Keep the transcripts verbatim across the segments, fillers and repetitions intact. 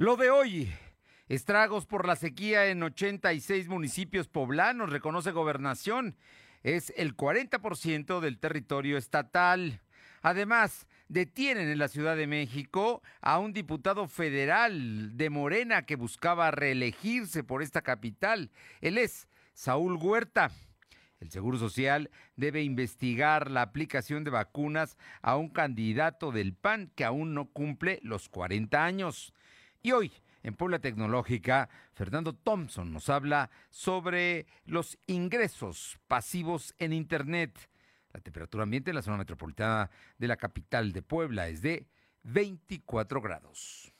Lo de hoy, estragos por la sequía en ochenta y seis municipios poblanos, reconoce Gobernación. Es el cuarenta por ciento del territorio estatal. Además, detienen en la Ciudad de México a un diputado federal de Morena que buscaba reelegirse por esta capital. Él es Saúl Huerta. El Seguro Social debe investigar la aplicación de vacunas a un candidato del P A N que aún no cumple los cuarenta años. Y hoy, en Puebla Tecnológica, Fernando Thompson nos habla sobre los ingresos pasivos en Internet. La temperatura ambiente en la zona metropolitana de la capital de Puebla es de veinticuatro grados.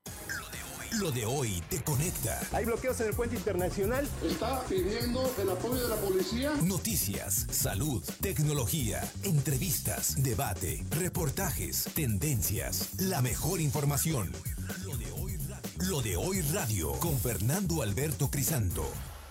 Lo de hoy te conecta. Hay bloqueos en el puente internacional. Está pidiendo el apoyo de la policía. Noticias, salud, tecnología, entrevistas, debate, reportajes, tendencias, la mejor información. Lo de hoy radio, Lo de hoy radio con Fernando Alberto Crisanto.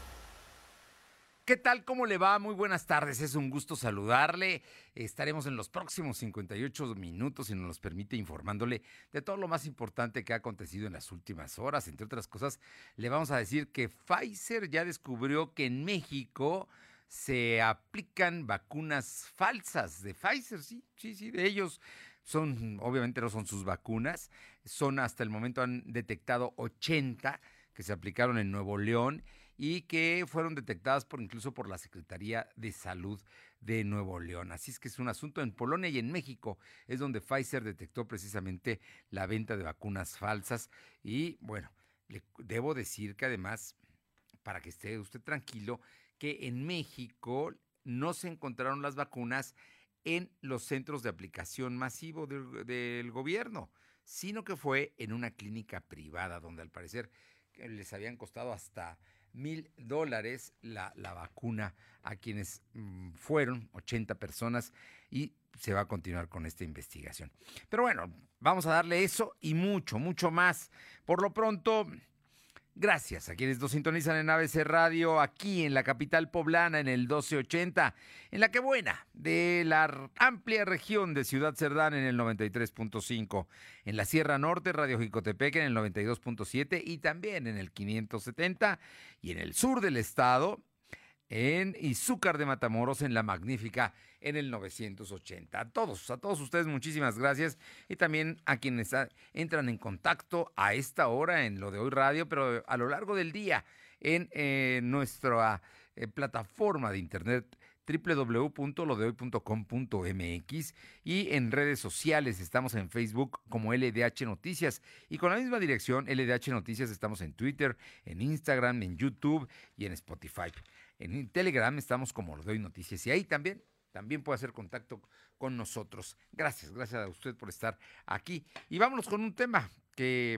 ¿Qué tal? ¿Cómo le va? Muy buenas tardes, es un gusto saludarle. Estaremos en los próximos cincuenta y ocho minutos, si nos los permite, informándole de todo lo más importante que ha acontecido en las últimas horas. Entre otras cosas, le vamos a decir que Pfizer ya descubrió que en México se aplican vacunas falsas de Pfizer, sí, sí, sí, de ellos. Son, obviamente no son sus vacunas, son hasta el momento han detectado ochenta que se aplicaron en Nuevo León y que fueron detectadas por incluso por la Secretaría de Salud de Nuevo León. Así es que es un asunto en Polonia y en México, es donde Pfizer detectó precisamente la venta de vacunas falsas. Y bueno, le debo decir que además, para que esté usted tranquilo, que en México no se encontraron las vacunas en los centros de aplicación masivo del, del gobierno, sino que fue en una clínica privada donde al parecer les habían costado hasta mil dólares la, la vacuna a quienes mmm, fueron ochenta personas, y se va a continuar con esta investigación. Pero bueno, vamos a darle eso y mucho, mucho más. Por lo pronto, gracias a quienes nos sintonizan en A B C Radio, aquí en la capital poblana, en el doce ochenta, en La Quebuena, de la amplia región de Ciudad Cerdán, en el noventa y tres punto cinco, en la Sierra Norte, Radio Jicotepec, en el noventa y dos punto siete y también en el quinientos setenta, y en el sur del estado, en Izúcar de Matamoros, en La Magnífica, en el novecientos ochenta. A todos, a todos ustedes muchísimas gracias, y también a quienes a, entran en contacto a esta hora en Lo de Hoy Radio, pero a lo largo del día en eh, nuestra eh, plataforma de internet doble u doble u doble u punto lo de hoy punto com punto m x, y en redes sociales estamos en Facebook como L D H Noticias, y con la misma dirección L D H Noticias estamos en Twitter, en Instagram, en YouTube y en Spotify. En Telegram estamos como Lo de Hoy Noticias, y ahí también, también puede hacer contacto con nosotros. Gracias, gracias a usted por estar aquí. Y vámonos con un tema que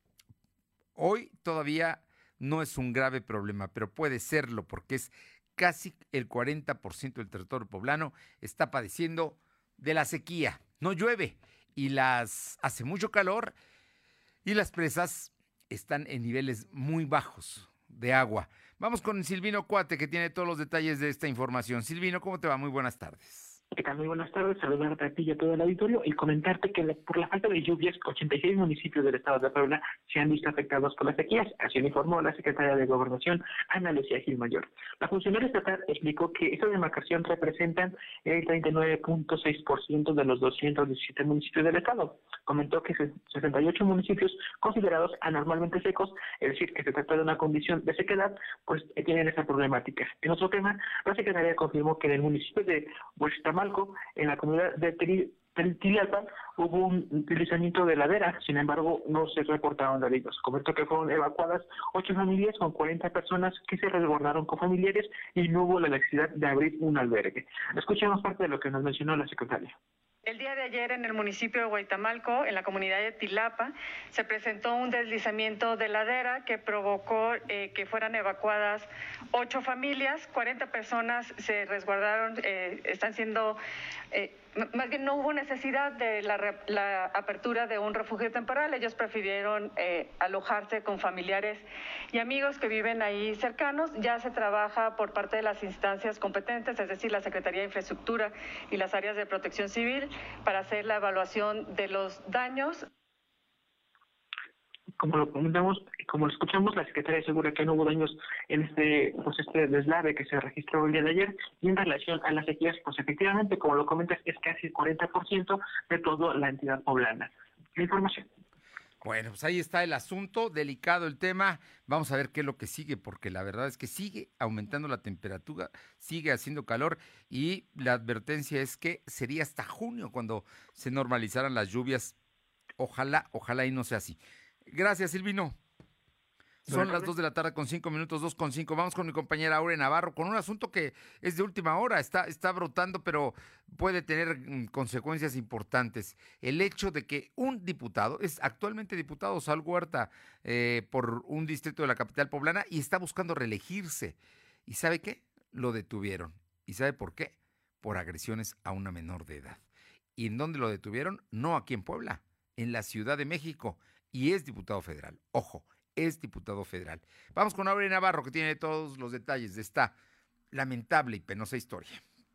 hoy todavía no es un grave problema, pero puede serlo porque es casi el cuarenta por ciento del territorio poblano está padeciendo de la sequía. No llueve y las hace mucho calor, y las presas están en niveles muy bajos de agua. Vamos con Silvino Cuate, que tiene todos los detalles de esta información. Silvino, ¿cómo te va? Muy buenas tardes. ¿Qué tal? Muy buenas tardes, saludarte a ti y a todo el auditorio y comentarte que por la falta de lluvias, ochenta y seis municipios del estado de Puebla se han visto afectados por las sequías, así lo informó la secretaria de Gobernación, Ana Lucía Gil Mayor. La funcionaria estatal explicó que esta demarcación representan el treinta y nueve punto seis por ciento de los doscientos diecisiete municipios del estado. Comentó que sesenta y ocho municipios considerados anormalmente secos, es decir, que se trata de una condición de sequedad, pues tienen esa problemática. En otro tema, la secretaria confirmó que en el municipio de Huixtamalco, en la comunidad de Tilialpan, hubo un deslizamiento de ladera, sin embargo, no se reportaron delitos. Comentó que fueron evacuadas ocho familias con cuarenta personas que se resguardaron con familiares y no hubo la necesidad de abrir un albergue. Escuchemos parte de lo que nos mencionó la secretaria. El día de ayer en el municipio de Huixtamalco, en la comunidad de Tilapa, se presentó un deslizamiento de ladera que provocó eh, que fueran evacuadas ocho familias, cuarenta personas se resguardaron, eh, están siendo, eh, más bien no hubo necesidad de la, la apertura de un refugio temporal, ellos prefirieron eh, alojarse con familiares y amigos que viven ahí cercanos. Ya se trabaja por parte de las instancias competentes, es decir, la Secretaría de Infraestructura y las áreas de protección civil, para hacer la evaluación de los daños. como lo comentamos, como lo escuchamos, la secretaria asegura que no hubo daños en este, pues este deslave que se registró el día de ayer, y en relación a las sequías, pues efectivamente, como lo comentas, es casi el cuarenta por ciento de toda la entidad poblana. La información. Bueno, pues ahí está el asunto, delicado el tema. Vamos a ver qué es lo que sigue, porque la verdad es que sigue aumentando la temperatura, sigue haciendo calor, y la advertencia es que sería hasta junio cuando se normalizaran las lluvias. Ojalá, ojalá y no sea así. Gracias, Silvino. Son las dos de la tarde con cinco minutos, dos con cinco. Vamos con mi compañera Aure Navarro con un asunto que es de última hora, está, está brotando, pero puede tener mm, consecuencias importantes. El hecho de que un diputado, es actualmente diputado Saúl Huerta, eh, por un distrito de la capital poblana, y está buscando reelegirse. ¿Y sabe qué? Lo detuvieron. ¿Y sabe por qué? Por agresiones a una menor de edad. ¿Y en dónde lo detuvieron? No aquí en Puebla, en la Ciudad de México. Y es diputado federal. Ojo, es diputado federal. Vamos con Aure Navarro, que tiene todos los detalles de esta lamentable y penosa historia.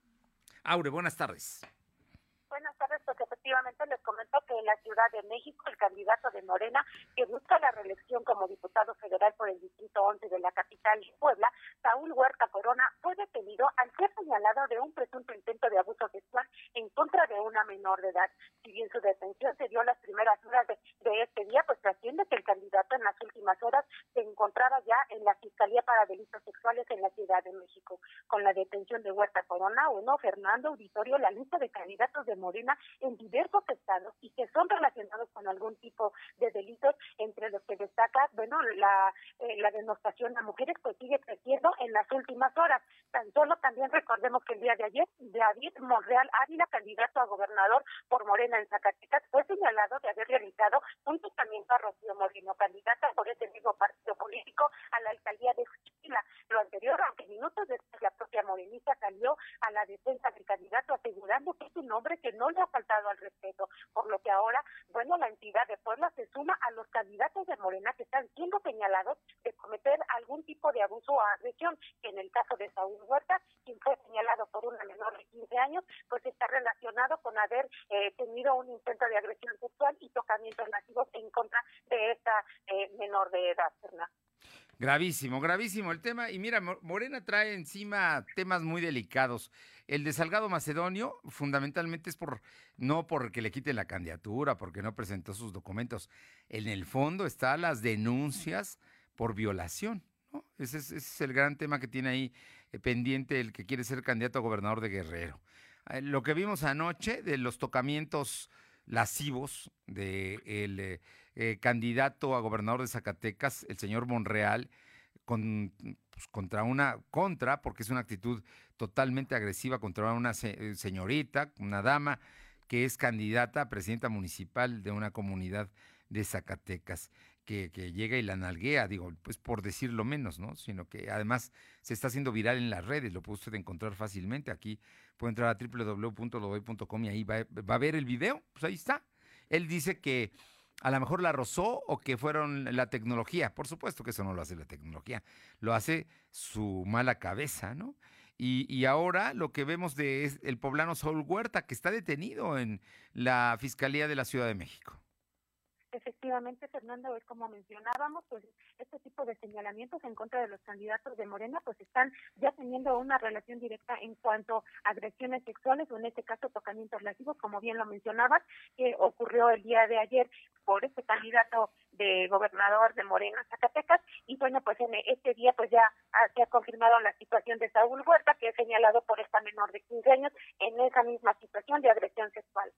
Aure, buenas tardes. Buenas tardes, pues efectivamente les comento que en la Ciudad de México el candidato de Morena, que busca la reelección como diputado federal por el distrito once de la capital Puebla, Saúl Huerta Corona, fue detenido al ser señalado de un presunto intento de abuso sexual en contra de una menor de edad. Si bien su detención se dio las primeras horas de, de este día, pues trasciende que el candidato en las últimas horas se encontraba ya en la Fiscalía para Delitos Sexuales en la Ciudad de México. Con la detención de Huerta Corona, bueno, Fernando Auditorio, la lista de candidatos de Morena en diversos estados y que son relacionados con algún tipo de delitos, entre los que destaca, bueno, la, eh, la denostación a mujeres, pues sigue creciendo en las últimas horas. Tan solo también recordemos que el día de ayer, David Monreal Ávila, candidato a gobernador por Morena en Zacatecas, fue señalado de haber realizado un tocamiento a Rocío Moreno, candidata por ese mismo partido político a la alcaldía de Xuchila. Lo anterior, aunque minutos después la propia morenista salió a la defensa del candidato asegurando que es un hombre que no le ha faltado al respeto, por lo que ahora, bueno, la entidad de Puebla se suma a los candidatos de Morena que están siendo señalados de cometer algún tipo de abuso o agresión, que en el caso de Saúl Huerta, quien fue señalado por una menor de quince años, pues está relacionado con haber eh, tenido un intento de agresión sexual y tocamientos lascivos en contra de esta eh, menor de edad, Fernanda. Gravísimo, gravísimo el tema. Y mira, Morena trae encima temas muy delicados. El de Salgado Macedonio, fundamentalmente es por no porque le quiten la candidatura, porque no presentó sus documentos. En el fondo están las denuncias por violación, ¿no? Ese es, ese es el gran tema que tiene ahí eh, pendiente el que quiere ser candidato a gobernador de Guerrero. Eh, lo que vimos anoche de los tocamientos lascivos del eh, eh, candidato a gobernador de Zacatecas, el señor Monreal, con, pues, contra una, contra, porque es una actitud totalmente agresiva contra una se, señorita, una dama, que es candidata a presidenta municipal de una comunidad de Zacatecas, que, que llega y la nalguea, digo, pues por decirlo menos, ¿no? Sino que además se está haciendo viral en las redes, lo puede usted encontrar fácilmente. Aquí puede entrar a doble u doble u doble u punto lodoy punto com y ahí va, va a ver el video, pues ahí está. Él dice que a lo mejor la rozó o que fueron la tecnología. Por supuesto que eso no lo hace la tecnología, lo hace su mala cabeza, ¿no? Y, y ahora lo que vemos de es el poblano Saúl Huerta, que está detenido en la Fiscalía de la Ciudad de México. Efectivamente, Fernando, es como mencionábamos, pues este tipo de señalamientos en contra de los candidatos de Morena, pues están ya teniendo una relación directa en cuanto a agresiones sexuales o en este caso tocamientos lascivos, como bien lo mencionabas, que ocurrió el día de ayer por este candidato de gobernador de Morena, Zacatecas, y bueno, pues en este día pues ya se ha confirmado la situación de Saúl Huerta, que es señalado por esta menor de quince años en esa misma situación de agresión sexual.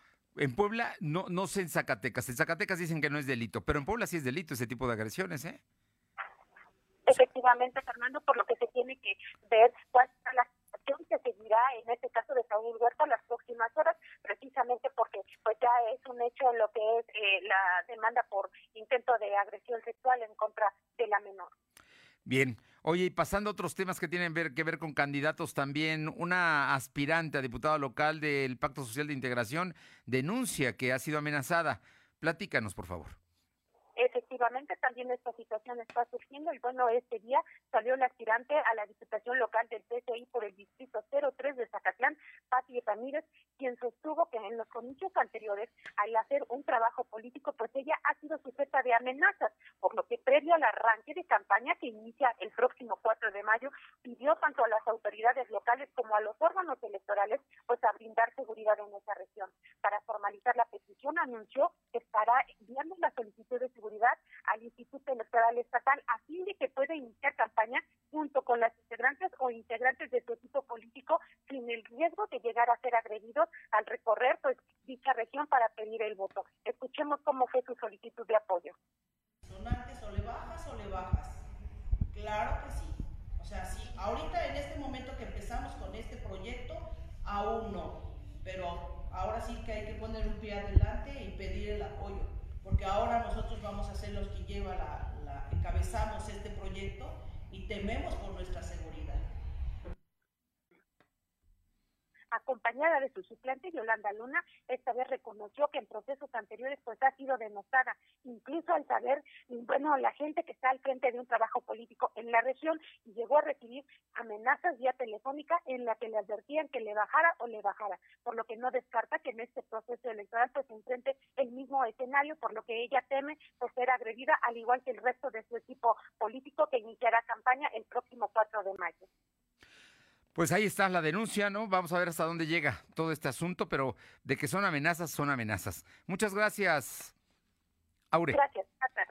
En Puebla, no, no sé en Zacatecas. En Zacatecas dicen que no es delito, pero en Puebla sí es delito ese tipo de agresiones, ¿eh? Efectivamente, Fernando, por lo que se tiene que ver cuál es la situación que seguirá en este caso de Saúl Huerta las próximas horas, precisamente porque pues ya es un hecho lo que es eh, la demanda por intento de agresión sexual en contra de la menor. Bien. Oye, y pasando a otros temas que tienen ver, que ver con candidatos también, una aspirante a diputada local del Pacto Social de Integración denuncia que ha sido amenazada. Platícanos, por favor. Efectivamente. efectivamente también esta situación está surgiendo y bueno, este día salió la aspirante a la diputación local del P S I por el distrito cero tres de Zacatlán, Pati Ramírez, quien sostuvo que en los comicios anteriores, al hacer un trabajo político, pues ella ha sido sujeta de amenazas, por lo que previo al arranque de campaña que inicia el próximo cuatro de mayo, pidió tanto a las autoridades locales como a los órganos electorales pues a brindar seguridad en esa región. Para formalizar la petición anunció que estará enviando la solicitud de seguridad al Instituto Electoral Estatal a fin de que pueda iniciar campaña junto con las integrantes o integrantes de su equipo político sin el riesgo de llegar a ser agredidos al recorrer pues dicha región para pedir el voto. Escuchemos cómo fue su solicitud de apoyo. ¿Sonantes o le bajas o le bajas? Claro que sí. O sea, sí, ahorita en este momento que empezamos con este proyecto, aún no, pero ahora sí que hay que poner un pie adelante y pedir el apoyo, porque ahora nosotros vamos a ser los que lleva la, la encabezamos este proyecto y tememos por nuestra seguridad. Acompañada de su suplente Yolanda Luna, esta vez reconoció que en procesos anteriores pues ha sido denostada, incluso al saber, bueno, la gente que está al frente de un trabajo político en la región y llegó a recibir amenazas vía telefónica en la que le advertían que le bajara o le bajara, por lo que no descarta que en este proceso electoral pues se enfrente el mismo escenario, por lo que ella teme pues ser agredida al igual que el resto de su equipo político que iniciará campaña el próximo cuatro de mayo. Pues ahí está la denuncia, ¿no? Vamos a ver hasta dónde llega todo este asunto, pero de que son amenazas, son amenazas. Muchas gracias, Aure. Gracias, hasta.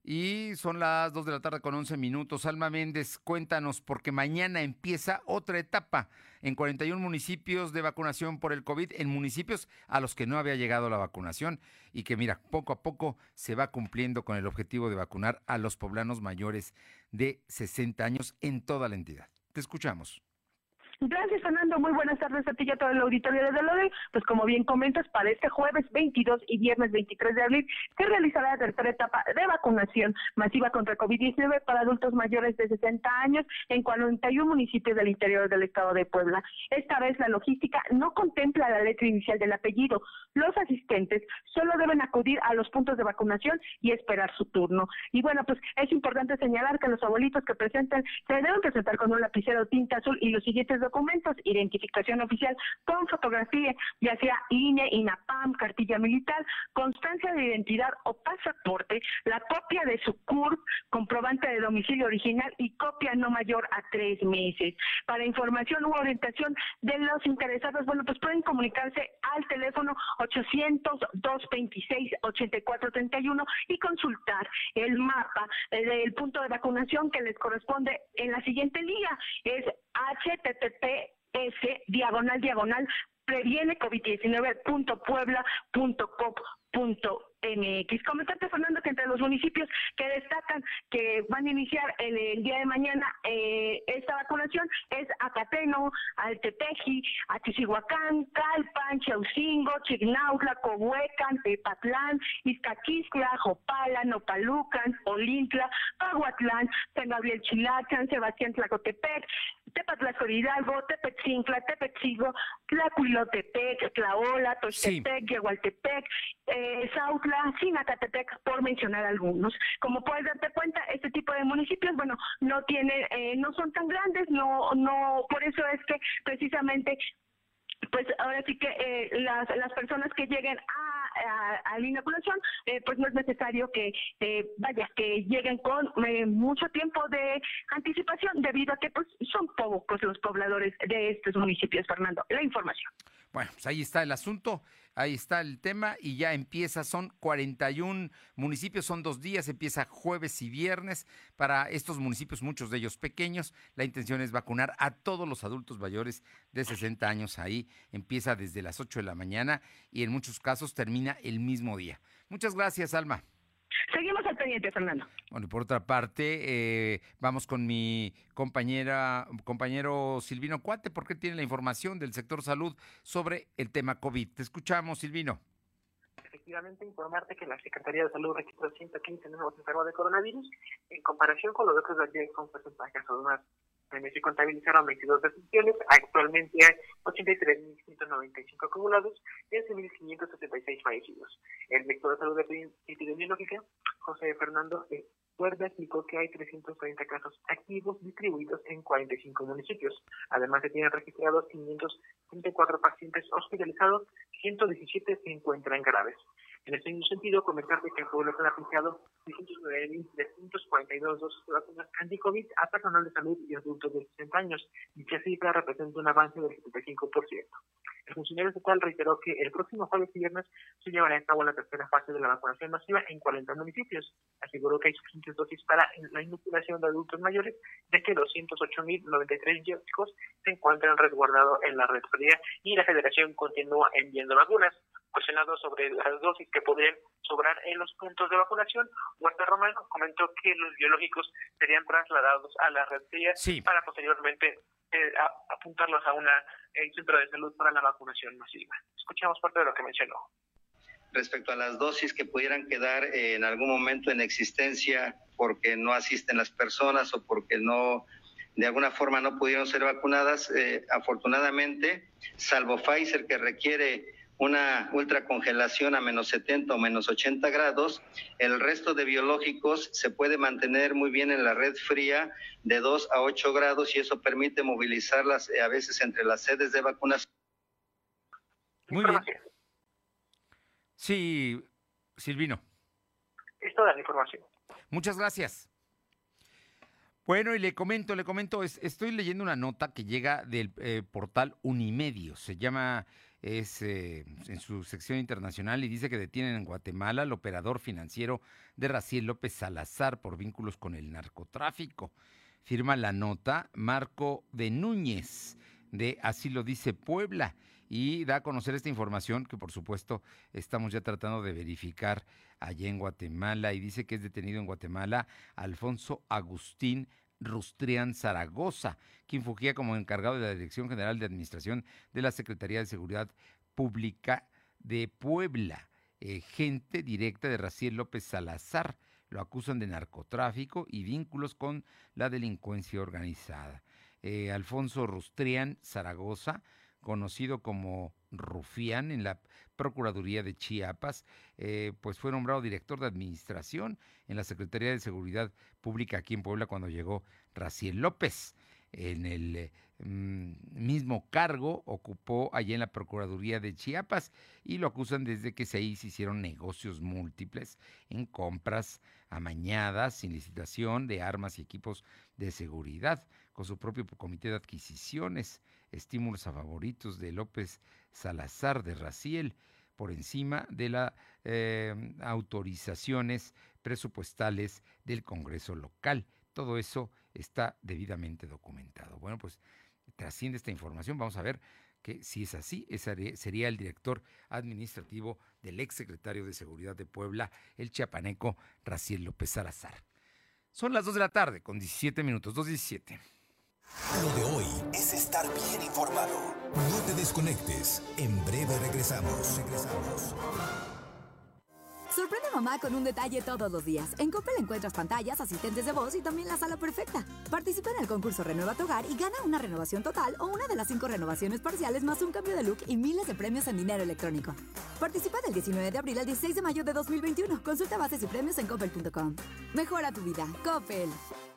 Y son las dos de la tarde con once minutos. Alma Méndez, cuéntanos, porque mañana empieza otra etapa en cuarenta y uno municipios de vacunación por el COVID, en municipios a los que no había llegado la vacunación y que, mira, poco a poco se va cumpliendo con el objetivo de vacunar a los poblanos mayores de sesenta años en toda la entidad. Te escuchamos. Gracias, Fernando. Muy buenas tardes a ti y a todo el auditorio de Delode. Pues como bien comentas, para este jueves veintidós y viernes veintitrés de abril se realizará la tercera etapa de vacunación masiva contra COVID diecinueve para adultos mayores de sesenta años en cuarenta y uno municipios del interior del estado de Puebla. Esta vez la logística no contempla la letra inicial del apellido. Los asistentes solo deben acudir a los puntos de vacunación y esperar su turno. Y bueno, pues es importante señalar que los abuelitos que presenten se deben presentar con un lapicero tinta azul y los siguientes documentos: identificación oficial con fotografía, ya sea I N E, INAPAM, cartilla militar, constancia de identidad o pasaporte, la copia de su C U R P, comprobante de domicilio original y copia no mayor a tres meses. Para información u orientación de los interesados, bueno, pues pueden comunicarse al teléfono ochocientos, doscientos veintiséis, ochenta y cuatro treinta y uno y consultar el mapa del punto de vacunación que les corresponde en la siguiente liga. Es H T T P S diagonal diagonal previene COVID diecinueve punto puebla punto gov punto M X. Comentarte, Fernando, que entre los municipios que destacan que van a iniciar el, el día de mañana eh, esta vacunación es Acateno, Altepeji, Achichihuacán, Calpan, Chaucingo, Chignautla, Cohuecan, Tepatlán, Iztaquistla, Jopala, Nopalucan, Olintla, Pahuatlán, San Gabriel Chilá, San Sebastián Tlacotepec, Tepatlasco Hidalgo, Tepetzincla, Tepetzigo, Tlacuilotepec, Tlaola, Toxtepec, sí. Yehualtepec, eh, Sautla, Sinacatepec, por mencionar algunos. Como puedes darte cuenta, este tipo de municipios, bueno, no tienen, eh, no son tan grandes, no, no, por eso es que precisamente pues ahora sí que eh, las las personas que lleguen a, a, a la inoculación, eh, pues no es necesario que eh, vaya, que lleguen con eh, mucho tiempo de anticipación, debido a que pues son pocos los pobladores de estos municipios, Fernando. La información. Bueno, pues ahí está el asunto, ahí está el tema y ya empieza, son cuarenta y uno municipios, son dos días, empieza jueves y viernes para estos municipios, muchos de ellos pequeños. La intención es vacunar a todos los adultos mayores de sesenta años. Ahí empieza desde las ocho de la mañana y en muchos casos termina el mismo día. Muchas gracias, Alma. Seguimos al pendiente, Fernando. Bueno, y por otra parte, eh, vamos con mi compañera, compañero Silvino Cuate, porque tiene la información del sector salud sobre el tema COVID. Te escuchamos, Silvino. Efectivamente, informarte que la Secretaría de Salud registró ciento quince nuevos enfermos de coronavirus en comparación con los otros días con porcentajes aún más También se contabilizaron veintidós defunciones, actualmente hay ochenta y tres mil ciento noventa y cinco acumulados y once mil quinientos setenta y seis fallecidos. El director de salud epidemiológica, José Fernando Cuerda, explicó que hay trescientos treinta casos activos distribuidos en cuarenta y cinco municipios. Además, se tienen registrados quinientos treinta y cuatro pacientes hospitalizados, ciento diecisiete se encuentran graves. En este mismo sentido, comentarte que el pueblo ha aplicado seiscientos nueve mil trescientos cuarenta y dos dosis de vacunas anti-COVID a personal de salud y adultos de sesenta años. Dicha cifra representa un avance del setenta y cinco por ciento. El funcionario estatal reiteró que el próximo jueves y viernes se llevará a cabo la tercera fase de la vacunación masiva en cuarenta municipios. Aseguró que hay suficientes dosis para la inoculación de adultos mayores, ya que doscientos ocho mil noventa y tres biológicos se encuentran resguardados en la red fría y la federación continúa enviando vacunas. Cuestionado sobre las dosis que podrían sobrar en los puntos de vacunación, Huerta Romano comentó que los biológicos serían trasladados a la red fría sí. para posteriormente eh, a, apuntarlos a un eh, centro de salud para la vacunación masiva. Escuchamos parte de lo que mencionó. Respecto a las dosis que pudieran quedar eh, en algún momento en existencia porque no asisten las personas o porque no de alguna forma no pudieron ser vacunadas, eh, afortunadamente, salvo Pfizer, que requiere una ultracongelación a menos setenta o menos ochenta grados, el resto de biológicos se puede mantener muy bien en la red fría de dos a ocho grados y eso permite movilizarlas eh, a veces entre las sedes de vacunación. Muy bien. Sí, Silvino. Es toda la información. Muchas gracias. Bueno, y le comento, le comento, es, estoy leyendo una nota que llega del eh, portal Unimedio, se llama... es eh, en su sección internacional y dice que detienen en Guatemala al operador financiero de Raciel López Salazar por vínculos con el narcotráfico. Firma la nota Marco de Núñez, de Así lo dice Puebla, y da a conocer esta información que por supuesto estamos ya tratando de verificar allá en Guatemala, y dice que es detenido en Guatemala Alfonso Agustín Rustrián Zaragoza, quien fungía como encargado de la Dirección General de Administración de la Secretaría de Seguridad Pública de Puebla, eh, gente directa de Raciel López Salazar. Lo acusan de narcotráfico y vínculos con la delincuencia organizada. Eh, Alfonso Rustrián Zaragoza, conocido como Rufián en la Procuraduría de Chiapas, eh, pues fue nombrado director de administración en la Secretaría de Seguridad Pública aquí en Puebla cuando llegó Raciel López. En el eh, mismo cargo ocupó allá en la Procuraduría de Chiapas y lo acusan desde que ahí se hicieron negocios múltiples en compras amañadas, sin licitación, de armas y equipos de seguridad, con su propio comité de adquisiciones, estímulos a favoritos de López Salazar de Raciel, por encima de las eh, autorizaciones presupuestales del Congreso local. Todo eso está debidamente documentado. Bueno, pues trasciende esta información. Vamos a ver que si es así, ese sería el director administrativo del exsecretario de Seguridad de Puebla, el chiapaneco Raciel López Salazar. Son las dos de la tarde con diecisiete minutos, dos diecisiete. Lo de hoy es estar bien informado. No te desconectes. En breve regresamos. Regresamos. Sorprende a mamá con un detalle todos los días. En Coppel encuentras pantallas, asistentes de voz y también la sala perfecta. Participa en el concurso Renueva tu Hogar y gana una renovación total o una de las cinco renovaciones parciales más un cambio de look y miles de premios en dinero electrónico. Participa del diecinueve de abril al dieciséis de mayo de dos mil veintiuno. Consulta bases y premios en coppel punto com. Mejora tu vida. Coppel.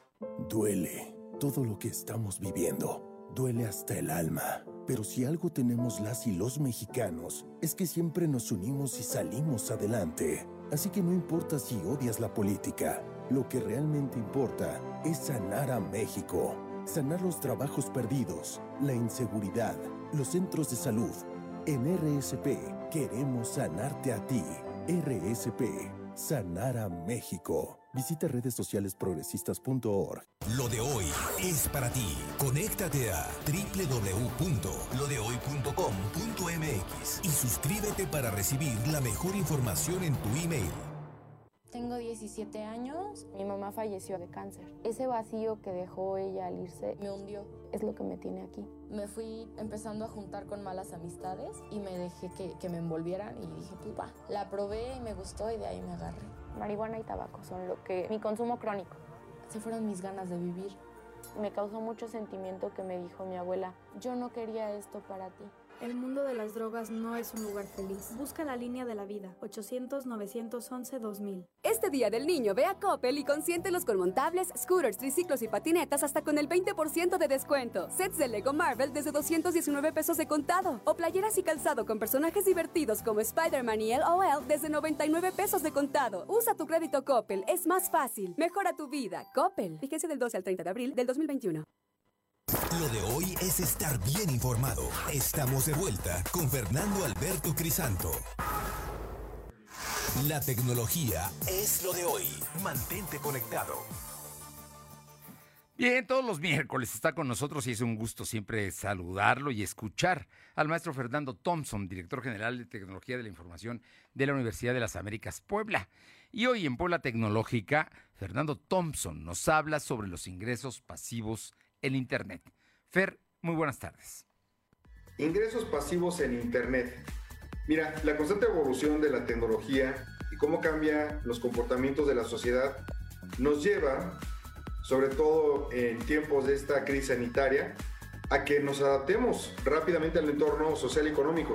Duele todo lo que estamos viviendo. Duele hasta el alma. Pero si algo tenemos las y los mexicanos, es que siempre nos unimos y salimos adelante. Así que no importa si odias la política, lo que realmente importa es sanar a México. Sanar los trabajos perdidos, la inseguridad, los centros de salud. En R S P queremos sanarte a ti. R S P, sanar a México. Visita redes sociales progresistas punto org. Lo de hoy es para ti. Conéctate a doble u doble u doble u punto lo de hoy punto com punto m x y suscríbete para recibir la mejor información en tu email. Tengo diecisiete años, mi mamá falleció de cáncer. Ese vacío que dejó ella al irse me hundió, es lo que me tiene aquí. Me fui empezando a juntar con malas amistades y me dejé que, que me envolvieran y dije, pues va. La probé y me gustó y de ahí me agarré. Marihuana y tabaco son lo que... mi consumo crónico. Se fueron mis ganas de vivir. Me causó mucho sentimiento que me dijo mi abuela, yo no quería esto para ti. El mundo de las drogas no es un lugar feliz. Busca la línea de la vida. ochocientos, novecientos once, dos mil. Este Día del Niño ve a Coppel y consiéntelos con montables, scooters, triciclos y patinetas hasta con el veinte por ciento de descuento. Sets de Lego Marvel desde doscientos diecinueve pesos de contado. O playeras y calzado con personajes divertidos como Spider-Man y L O L desde noventa y nueve pesos de contado. Usa tu crédito Coppel. Es más fácil. Mejora tu vida. Coppel. Vigencia del doce al treinta de abril del dos mil veintiuno. Lo de hoy es estar bien informado. Estamos de vuelta con Fernando Alberto Crisanto. La tecnología es lo de hoy. Mantente conectado. Bien, todos los miércoles está con nosotros y es un gusto siempre saludarlo y escuchar al maestro Fernando Thompson, director general de Tecnología de la Información de la Universidad de las Américas, Puebla. Y hoy en Puebla Tecnológica, Fernando Thompson nos habla sobre los ingresos pasivos en Internet. Fer, muy buenas tardes. Ingresos pasivos en Internet. Mira, la constante evolución de la tecnología y cómo cambia los comportamientos de la sociedad nos lleva, sobre todo en tiempos de esta crisis sanitaria, a que nos adaptemos rápidamente al entorno social y económico.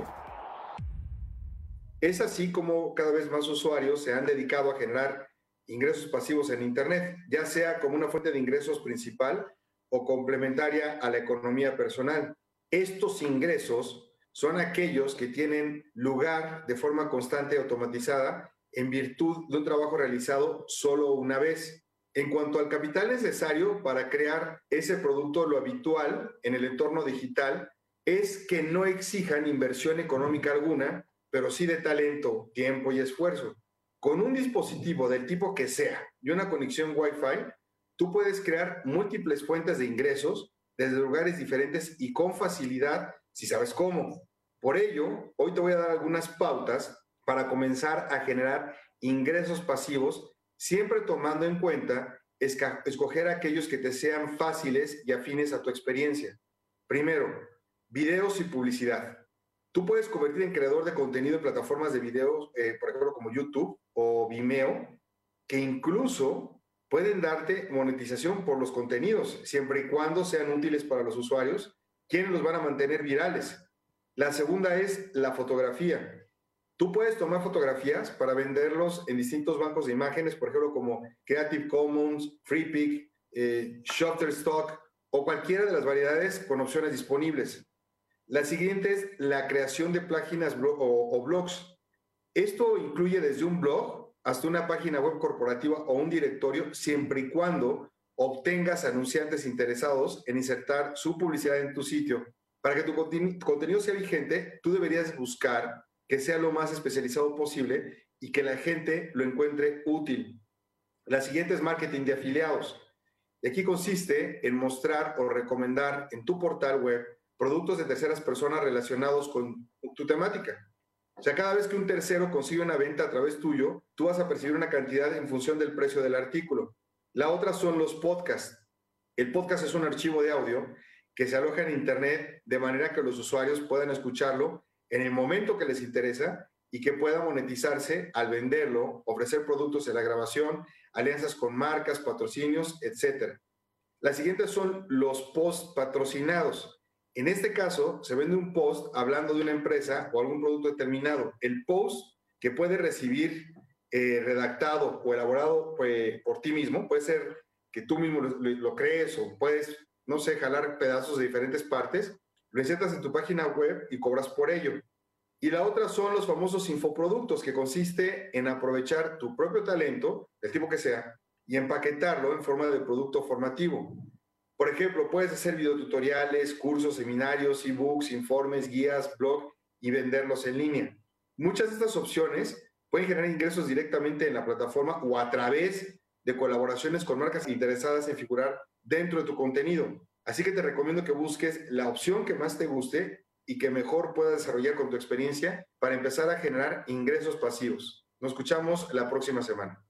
Es así como cada vez más usuarios se han dedicado a generar ingresos pasivos en Internet, ya sea como una fuente de ingresos principal o complementaria a la economía personal. Estos ingresos son aquellos que tienen lugar de forma constante y automatizada en virtud de un trabajo realizado solo una vez. En cuanto al capital necesario para crear ese producto, lo habitual en el entorno digital es que no exijan inversión económica alguna, pero sí de talento, tiempo y esfuerzo. Con un dispositivo del tipo que sea y una conexión Wi-Fi, tú puedes crear múltiples fuentes de ingresos desde lugares diferentes y con facilidad si sabes cómo. Por ello, hoy te voy a dar algunas pautas para comenzar a generar ingresos pasivos, siempre tomando en cuenta esca- escoger aquellos que te sean fáciles y afines a tu experiencia. Primero, videos y publicidad. Tú puedes convertir en creador de contenido en plataformas de videos, eh, por ejemplo, como YouTube o Vimeo, que incluso pueden darte monetización por los contenidos, siempre y cuando sean útiles para los usuarios, quienes los van a mantener virales. La segunda es la fotografía. Tú puedes tomar fotografías para venderlos en distintos bancos de imágenes, por ejemplo, como Creative Commons, FreePic, eh, Shutterstock o cualquiera de las variedades con opciones disponibles. La siguiente es la creación de páginas o, o blogs. Esto incluye desde un blog hasta una página web corporativa o un directorio, siempre y cuando obtengas anunciantes interesados en insertar su publicidad en tu sitio. Para que tu conten- contenido sea vigente, tú deberías buscar que sea lo más especializado posible y que la gente lo encuentre útil. La siguiente es marketing de afiliados. Y aquí consiste en mostrar o recomendar en tu portal web productos de terceras personas relacionados con tu temática. O sea, cada vez que un tercero consigue una venta a través tuyo, tú vas a percibir una cantidad en función del precio del artículo. La otra son los podcasts. El podcast es un archivo de audio que se aloja en Internet de manera que los usuarios puedan escucharlo en el momento que les interesa y que pueda monetizarse al venderlo, ofrecer productos en la grabación, alianzas con marcas, patrocinios, etcétera. Las siguientes son los posts patrocinados. En este caso, se vende un post hablando de una empresa o algún producto determinado. El post que puedes recibir eh, redactado o elaborado pues, por ti mismo, puede ser que tú mismo lo, lo crees o puedes, no sé, jalar pedazos de diferentes partes, lo insertas en tu página web y cobras por ello. Y la otra son los famosos infoproductos, que consiste en aprovechar tu propio talento, del tipo que sea, y empaquetarlo en forma de producto formativo. Por ejemplo, puedes hacer videotutoriales, cursos, seminarios, ebooks, informes, guías, blog y venderlos en línea. Muchas de estas opciones pueden generar ingresos directamente en la plataforma o a través de colaboraciones con marcas interesadas en figurar dentro de tu contenido. Así que te recomiendo que busques la opción que más te guste y que mejor puedas desarrollar con tu experiencia para empezar a generar ingresos pasivos. Nos escuchamos la próxima semana.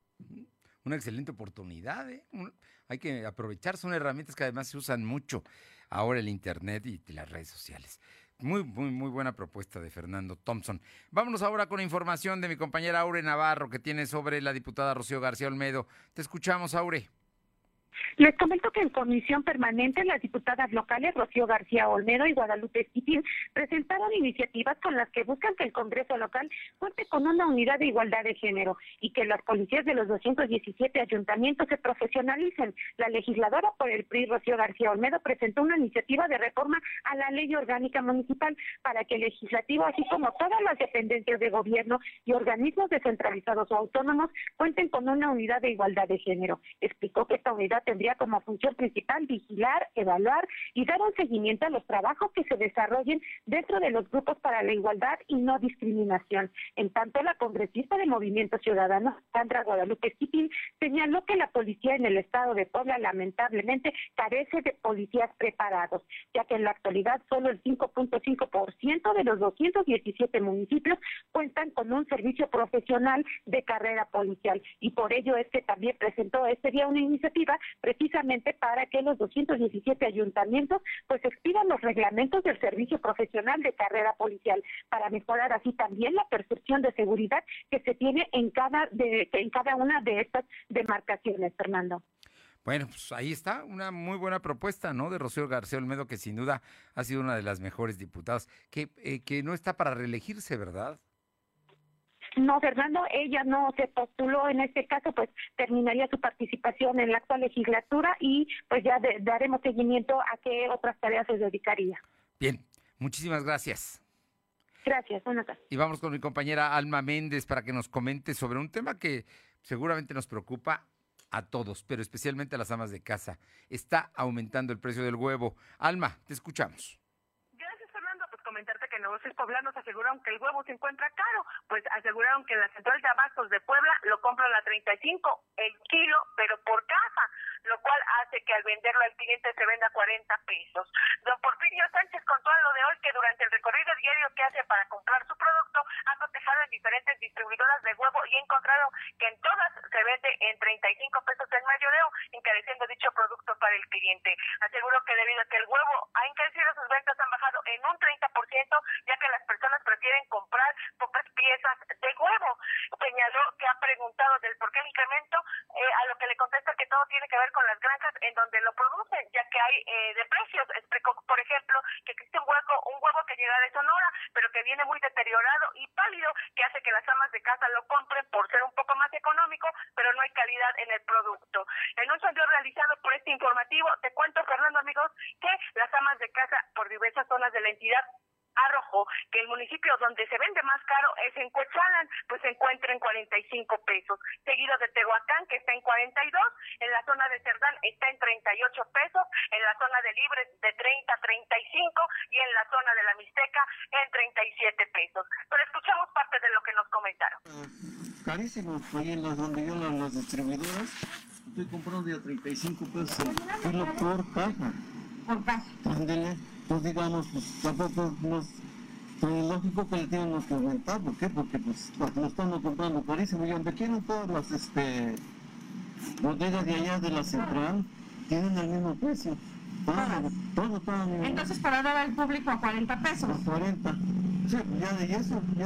Una excelente oportunidad, ¿eh? Un, hay que aprovechar, son herramientas que además se usan mucho ahora el Internet y las redes sociales. Muy, muy, muy buena propuesta de Fernando Thompson. Vámonos ahora con información de mi compañera Aure Navarro, que tiene sobre la diputada Rocío García Olmedo. Te escuchamos, Aure. Les comento que en comisión permanente las diputadas locales Rocío García Olmedo y Guadalupe Esquitín presentaron iniciativas con las que buscan que el Congreso local cuente con una unidad de igualdad de género y que las policías de los doscientos diecisiete ayuntamientos se profesionalicen. La legisladora por el P R I, Rocío García Olmedo, presentó una iniciativa de reforma a la Ley Orgánica Municipal para que el legislativo, así como todas las dependencias de gobierno y organismos descentralizados o autónomos, cuenten con una unidad de igualdad de género. Explicó que esta unidad tendría como función principal vigilar, evaluar y dar un seguimiento a los trabajos que se desarrollen dentro de los grupos para la igualdad y no discriminación. En tanto, la congresista de Movimiento Ciudadano, Sandra Guadalupe Esquitín, señaló que la policía en el estado de Puebla lamentablemente carece de policías preparados, ya que en la actualidad solo el cinco punto cinco por ciento de los doscientos diecisiete municipios cuentan con un servicio profesional de carrera policial, y por ello es que también presentó este día una iniciativa precisamente para que los doscientos diecisiete ayuntamientos pues expidan los reglamentos del servicio profesional de carrera policial para mejorar así también la percepción de seguridad que se tiene en cada de en cada una de estas demarcaciones, Fernando. Bueno, pues ahí está, una muy buena propuesta, ¿no? De Rocío García Olmedo, que sin duda ha sido una de las mejores diputadas, que, eh, que no está para reelegirse, ¿verdad? No, Fernando, ella no se postuló en este caso, pues terminaría su participación en la actual legislatura y pues ya de, daremos seguimiento a qué otras tareas se dedicaría. Bien, muchísimas gracias. Gracias, buenas tardes. Y vamos con mi compañera Alma Méndez para que nos comente sobre un tema que seguramente nos preocupa a todos, pero especialmente a las amas de casa. Está aumentando el precio del huevo. Alma, te escuchamos. Comentarte que negocios poblanos aseguraron que el huevo se encuentra caro, pues aseguraron que la central de abastos de Puebla lo compran a treinta y cinco el kilo, pero por caja, lo cual hace que al venderlo al cliente se venda a cuarenta pesos. Don Porfirio Sánchez contó a lo de hoy que durante el recorrido diario que hace para comprar su producto ha cotejado en diferentes distribuidoras de huevo y ha encontrado que en todas se vende en treinta y cinco pesos el mayoreo, encareciendo dicho producto para el cliente. Aseguró que debido a que el huevo ha encarecido, sus ventas han bajado en un treinta por ciento, ya que las personas prefieren comprar pocas piezas de huevo. Señaló que ha preguntado del por qué el incremento, eh, a lo que le contesta que todo tiene que ver con las granjas en donde lo producen, ya que hay eh, de precios. Explicó, por ejemplo, que existe un huevo, un huevo que llega de Sonora, pero que viene muy deteriorado y pálido, que hace que las amas de casa lo compren por ser un poco más económico, pero no hay calidad en el producto. En un sondeo realizado por este informativo, te cuento, Fernando, amigos, que las amas de casa por diversas zonas de la entidad arrojó que el municipio donde se vende más caro es en Coetzalan, pues se encuentra en cuarenta y cinco pesos, seguido de Tehuacán, que está en cuarenta y dos, en la zona de Cerdán está en treinta y ocho pesos, en la zona de Libres de treinta a treinta y cinco y en la zona de la Mixteca en treinta y siete pesos. Pero escuchamos parte de lo que nos comentaron. Carísimos, ahí en las donde yo las, las distribuidoras estoy comprando de a treinta y cinco pesos el kilo por caja. Por caja. Ándele. Pues digamos, pues tampoco es lógico que le tienen que aumentar. ¿Por qué? Porque pues lo estamos comprando carísimo. Y donde quieren todas las este, bodegas de allá de la central, tienen el mismo precio. Todo, todo, todo. Entonces, para dar al público a cuarenta pesos. A cuarenta. Sí, ya de eso, ya.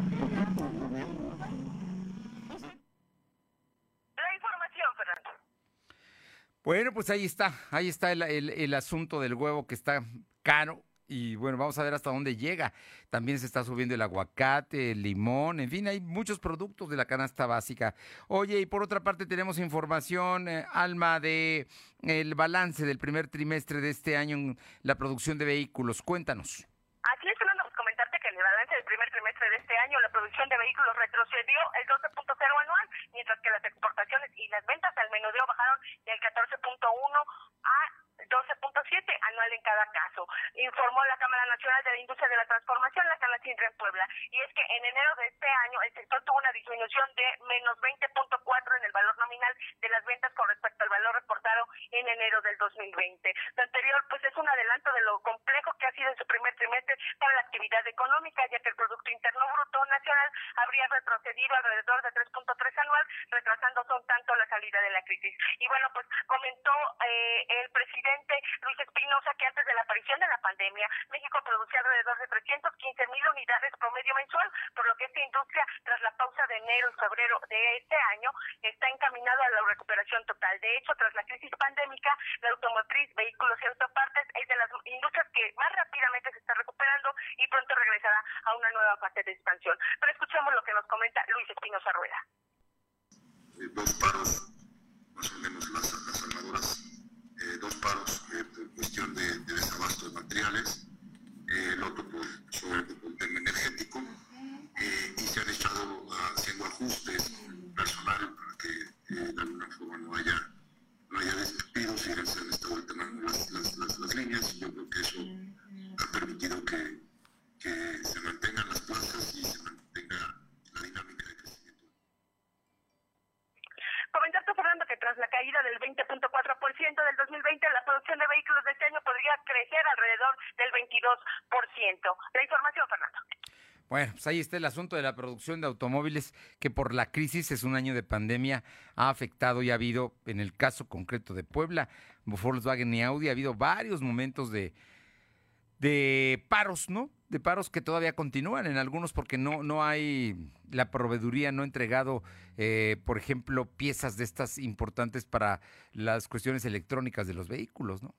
La información, Fernando. Bueno, pues ahí está, ahí está el, el, el asunto del huevo que está caro y bueno, vamos a ver hasta dónde llega. También se está subiendo el aguacate, el limón, en fin, hay muchos productos de la canasta básica. Oye, y por otra parte tenemos información, eh, Alma, de el balance del primer trimestre de este año en la producción de vehículos. Cuéntanos. Así es, Fernando, pues comentarte que en el balance del primer trimestre de este año la producción de vehículos retrocedió el doce punto cero anual, mientras que las exportaciones y las ventas al menudeo bajaron del catorce punto uno a doce punto siete anual en cada caso, informó la Cámara Nacional de la Industria de la Transformación, la Canacintra en Puebla. Y es que en enero de este año el sector tuvo una disminución de menos veinte punto cuatro en el valor nominal de las ventas con respecto al valor reportado en enero del dos mil veinte. Lo anterior pues es un adelanto de lo complejo que ha sido en su primer trimestre para la actividad económica, ya que el Producto Interno Bruto nacional habría retrocedido alrededor de tres punto tres anual, retrasándose un tanto la salida de la crisis. Y bueno, pues comentó eh, el presidente Luis Espinosa que antes de la aparición de la pandemia, México producía alrededor de trescientas quince mil unidades promedio mensual, por lo que esta industria, tras la pausa de enero y febrero de este año, está encaminada a la recuperación total. De hecho, tras la crisis pandémica, la automotriz, vehículos y autopartes es de las industrias que más rápidamente se está recuperando y pronto regresará a una nueva fase de expansión. Pero escuchemos lo que nos comenta Luis Espinosa Rueda. Eh, dos paros, más o menos las, las armadoras, eh, dos paros eh, por cuestión de, de desabasto de materiales, eh, el otro por, sobre todo por el tema energético, eh, y se han estado haciendo ajustes personal para que eh, de alguna forma no haya no haya despidos y se han estado alternando las, las, las, las líneas. Yo creo que eso ha permitido que, que se mantengan las plazas y se mantenga la dinámica de crecimiento. Comentarte, Fernando, que tras la caída del veinte punto cuatro por ciento del dos mil veinte, la producción de vehículos de este año podría crecer alrededor del veintidós por ciento. La información, Fernando. Bueno, pues ahí está el asunto de la producción de automóviles, que por la crisis, es un año de pandemia, ha afectado y ha habido, en el caso concreto de Puebla, Volkswagen y Audi, ha habido varios momentos de, de paros, ¿no? De paros que todavía continúan en algunos porque no, no hay, la proveeduría no ha entregado, eh, por ejemplo, piezas de estas importantes para las cuestiones electrónicas de los vehículos, ¿no?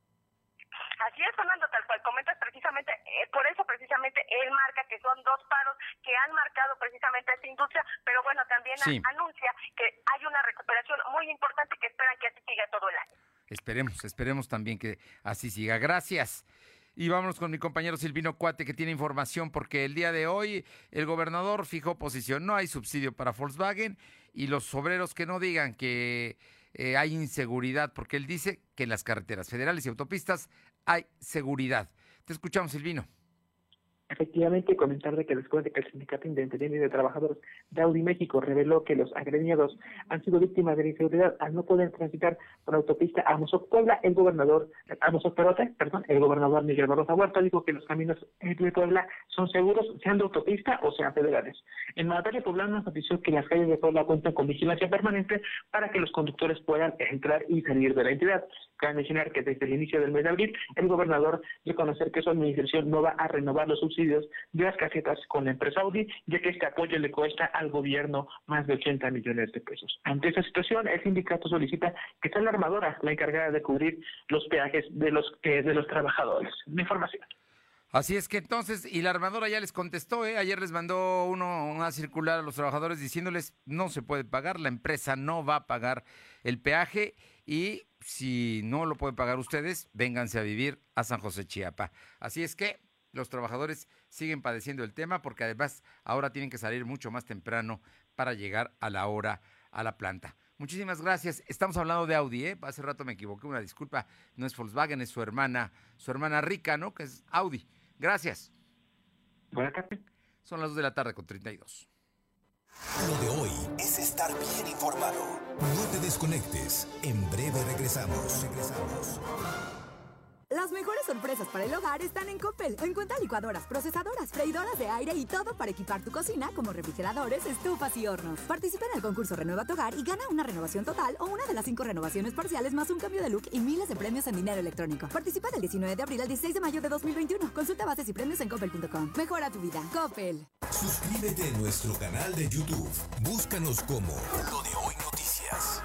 Así es, Fernando, tal cual comentas precisamente, eh, por eso precisamente él marca que son dos paros que han marcado precisamente a esta industria, pero bueno, también sí. a, anuncia que hay una recuperación muy importante que esperan que así siga todo el año. Esperemos, esperemos también que así siga. Gracias. Y vámonos con mi compañero Silvino Cuate, que tiene información, porque el día de hoy el gobernador fijó posición. No hay subsidio para Volkswagen y los obreros que no digan que eh, hay inseguridad, porque él dice que en las carreteras federales y autopistas hay seguridad. Te escuchamos, Silvino. Efectivamente, comentar de que después de que el Sindicato Independiente de Trabajadores de Audi México reveló que los agremiados han sido víctimas de la inseguridad al no poder transitar por la autopista Amozoc Puebla, el gobernador, Amozoc Perote, perdón, el gobernador Miguel Barroso Huerta dijo que los caminos de Puebla son seguros, sean de autopista o sean federales. En materia poblana nos notició que las calles de Puebla cuentan con vigilancia permanente para que los conductores puedan entrar y salir de la entidad. Cabe mencionar que desde el inicio del mes de abril, el gobernador dio a conocer que su administración no va a renovar los subsidios de las casetas con la empresa Audi, ya que este apoyo le cuesta al gobierno más de ochenta millones de pesos. Ante esta situación, el sindicato solicita que sea la armadora la encargada de cubrir los peajes de los eh, de los trabajadores. La información. Así es que entonces, y la armadora ya les contestó, ¿eh? Ayer les mandó uno una circular a los trabajadores diciéndoles no se puede pagar, la empresa no va a pagar el peaje y si no lo pueden pagar ustedes, vénganse a vivir a San José Chiapa. Así es que los trabajadores siguen padeciendo el tema porque además ahora tienen que salir mucho más temprano para llegar a la hora a la planta. Muchísimas gracias. Estamos hablando de Audi, ¿eh? Hace rato me equivoqué, una disculpa. No es Volkswagen, es su hermana, su hermana rica, ¿no? Que es Audi. Gracias. Buenas tardes. Son las dos de la tarde con treinta y dos. Lo de hoy es estar bien informado. No te desconectes. En breve regresamos. Regresamos. Las mejores sorpresas para el hogar están en Coppel. Encuentra licuadoras, procesadoras, freidoras de aire y todo para equipar tu cocina como refrigeradores, estufas y hornos. Participa en el concurso Renueva tu Hogar y gana una renovación total o una de las cinco renovaciones parciales más un cambio de look y miles de premios en dinero electrónico. Participa del diecinueve de abril al dieciséis de mayo de dos mil veintiuno. Consulta bases y premios en coppel punto com. Mejora tu vida. Coppel. Suscríbete a nuestro canal de YouTube. Búscanos como Lo de Hoy Noticias.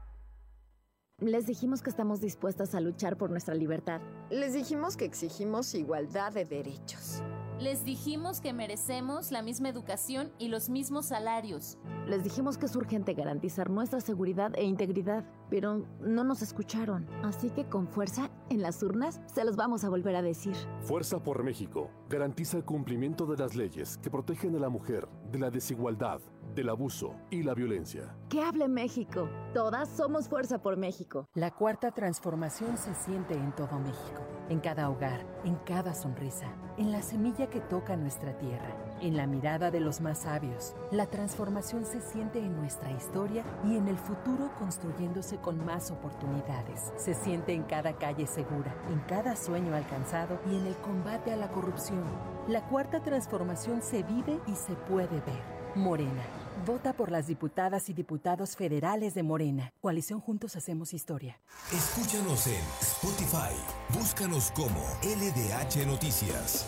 Les dijimos que estamos dispuestas a luchar por nuestra libertad. Les dijimos que exigimos igualdad de derechos. Les dijimos que merecemos la misma educación y los mismos salarios. Les dijimos que es urgente garantizar nuestra seguridad e integridad, pero no nos escucharon. Así que con fuerza, en las urnas, se los vamos a volver a decir. Fuerza por México garantiza el cumplimiento de las leyes que protegen a la mujer de la desigualdad, del abuso y la violencia. ¡Que hable México! Todas somos Fuerza por México. La cuarta transformación se siente en todo México, en cada hogar, en cada sonrisa, en la semilla que toca nuestra tierra, en la mirada de los más sabios. La transformación se siente en nuestra historia y en el futuro construyéndose con más oportunidades. Se siente en cada calle segura, en cada sueño alcanzado y en el combate a la corrupción. La cuarta transformación se vive y se puede ver. Morena. Vota por las diputadas y diputados federales de Morena. Coalición Juntos Hacemos Historia. Escúchanos en Spotify. Búscanos como L D H Noticias.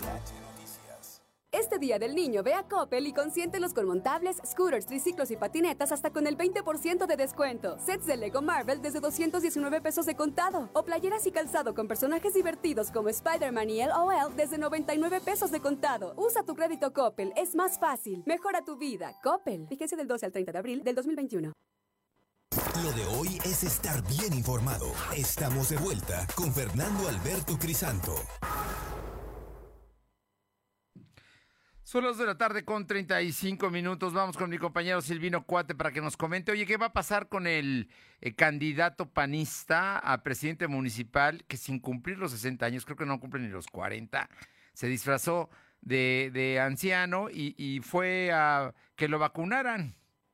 Este Día del Niño ve a Coppel y consiéntelos con montables, scooters, triciclos y patinetas hasta con el veinte por ciento de descuento. Sets de Lego Marvel desde doscientos diecinueve pesos de contado. O playeras y calzado con personajes divertidos como Spider-Man y L O L desde noventa y nueve pesos de contado. Usa tu crédito Coppel, es más fácil. Mejora tu vida. Coppel. Vigencia del doce al treinta de abril del dos mil veintiuno. Lo de hoy es estar bien informado. Estamos de vuelta con Fernando Alberto Crisanto. Son las de la tarde con treinta y cinco minutos. Vamos con mi compañero Silvino Cuate para que nos comente. Oye, ¿qué va a pasar con el eh, candidato panista a presidente municipal que sin cumplir los sesenta años, creo que no cumple ni los cuarenta, se disfrazó de, de anciano y, y fue a que lo vacunaran?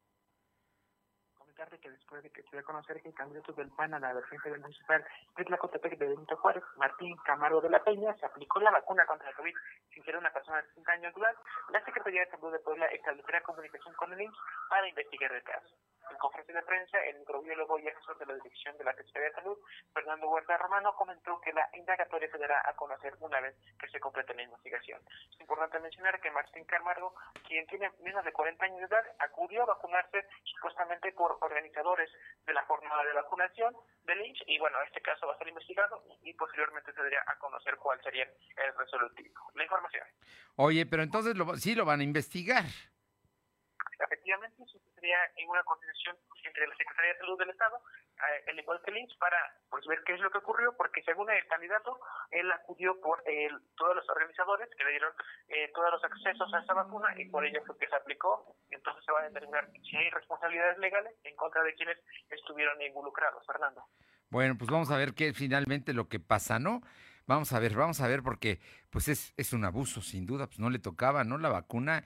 Que después de que se dio a conocer que el candidato del P A N a la presidencia del municipal de Tlacotepec de Benito Juárez, Martín Camargo de la Peña, se aplicó la vacuna contra el COVID sin ser una persona de sesenta años de edad, la Secretaría de Salud de Puebla establecerá comunicación con el I M S S para investigar el caso. En conferencia de prensa, el microbiólogo y asesor de la dirección de la Secretaría de Salud, Fernando Huerta Romano, comentó que la indagatoria se dará a conocer una vez que se complete la investigación. Es importante mencionar que Martín Camargo, quien tiene menos de cuarenta años de edad, acudió a vacunarse supuestamente por organizadores de la jornada de vacunación del I M S S, y bueno, este caso va a ser investigado y posteriormente se daría a conocer cuál sería el resolutivo. La información. Oye, pero entonces lo, sí lo van a investigar. Efectivamente, eso sería en una coordinación entre la Secretaría de Salud del Estado, eh, el igual que el I M S S, para pues ver qué es lo que ocurrió, porque según el candidato, él acudió por eh, todos los organizadores que le dieron eh, todos los accesos a esta vacuna y por ello fue que se aplicó. Entonces se va a determinar si hay responsabilidades legales en contra de quienes estuvieron involucrados. Fernando. Bueno, pues vamos a ver qué es finalmente lo que pasa, ¿no? Vamos a ver, vamos a ver, porque pues es, es un abuso, sin duda, pues no le tocaba, ¿no? La vacuna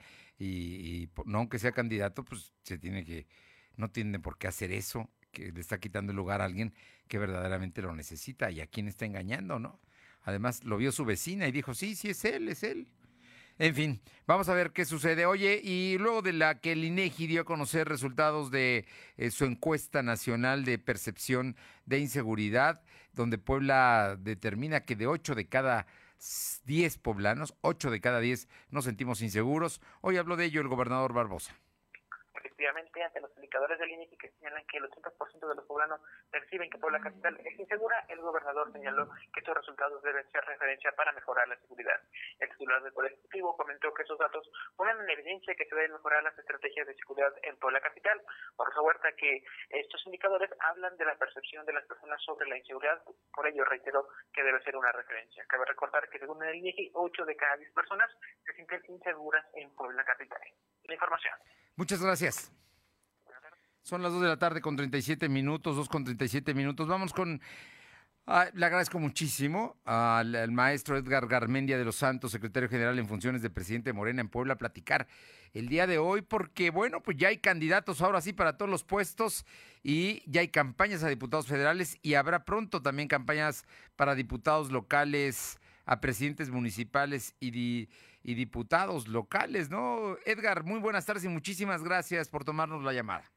y, y no aunque sea candidato, pues se tiene que, no tiene por qué hacer eso, que le está quitando el lugar a alguien que verdaderamente lo necesita y a quien está engañando, ¿no? Además, lo vio su vecina y dijo, sí, sí, es él, es él. En fin, vamos a ver qué sucede. Oye, y luego de la que el INEGI dio a conocer resultados de eh, su encuesta nacional de percepción de inseguridad, donde Puebla determina que de ocho de cada diez poblanos, ocho de cada diez nos sentimos inseguros. Hoy habló de ello el gobernador Barbosa. Efectivamente, ante los indicadores del INEGI que señalan que el ochenta por ciento de los poblanos perciben que Puebla capital es insegura, el gobernador señaló que estos resultados deben ser referencia para mejorar la seguridad. El titular del Poder Ejecutivo comentó que esos datos ponen en evidencia que se deben mejorar las estrategias de seguridad en Puebla capital. Por eso Huerta que estos indicadores hablan de la percepción de las personas sobre la inseguridad, por ello reiteró que debe ser una referencia. Cabe recordar que según el INEGI, ocho de cada diez personas se sienten inseguras en Puebla capital. La información. Muchas gracias. Son las dos de la tarde con treinta y siete minutos, dos con treinta y siete minutos. Vamos con, ah, le agradezco muchísimo al, al maestro Edgar Garmendia de los Santos, secretario general en funciones de presidente de Morena en Puebla, a platicar el día de hoy, porque bueno, pues ya hay candidatos ahora sí para todos los puestos y ya hay campañas a diputados federales y habrá pronto también campañas para diputados locales, a presidentes municipales y, di, y diputados locales, ¿no? Edgar, muy buenas tardes y muchísimas gracias por tomarnos la llamada.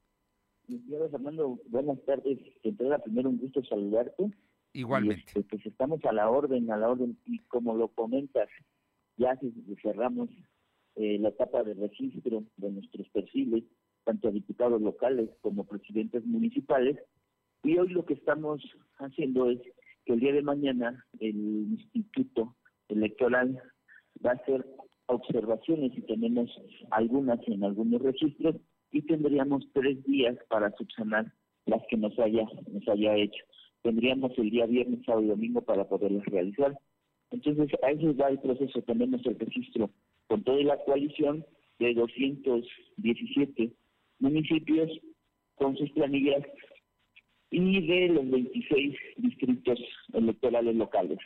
Señor Fernando, buenas tardes. Te entrega primero un gusto saludarte. Igualmente. Y este, pues estamos a la orden, a la orden, y como lo comentas, ya cerramos eh, la etapa de registro de nuestros perfiles, tanto a diputados locales como presidentes municipales, y hoy lo que estamos haciendo es que el día de mañana el Instituto Electoral va a hacer observaciones y tenemos algunas en algunos registros y tendríamos tres días para subsanar las que nos haya nos haya hecho. Tendríamos el día viernes, sábado y domingo para poderlas realizar. Entonces, a eso va el proceso. Tenemos el registro con toda la coalición de doscientos diecisiete municipios con sus planillas y de los veintiséis distritos electorales locales.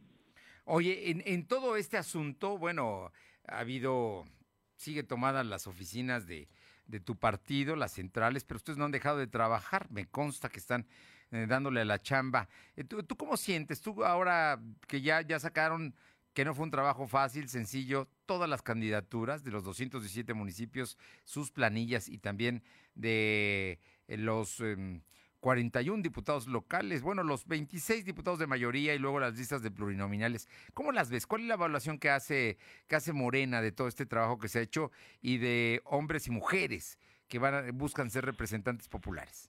Oye, en, en todo este asunto, bueno, ha habido, sigue tomadas las oficinas de, de tu partido, las centrales, pero ustedes no han dejado de trabajar, me consta que están eh, dándole a la chamba. Eh, ¿tú, ¿Tú cómo sientes? Tú ahora que ya, ya sacaron, que no fue un trabajo fácil, sencillo, todas las candidaturas de los doscientos diecisiete municipios, sus planillas y también de eh, los eh, cuarenta y uno diputados locales, bueno, los veintiséis diputados de mayoría y luego las listas de plurinominales. ¿Cómo las ves? ¿Cuál es la evaluación que hace, que hace Morena de todo este trabajo que se ha hecho y de hombres y mujeres que van a, buscan ser representantes populares?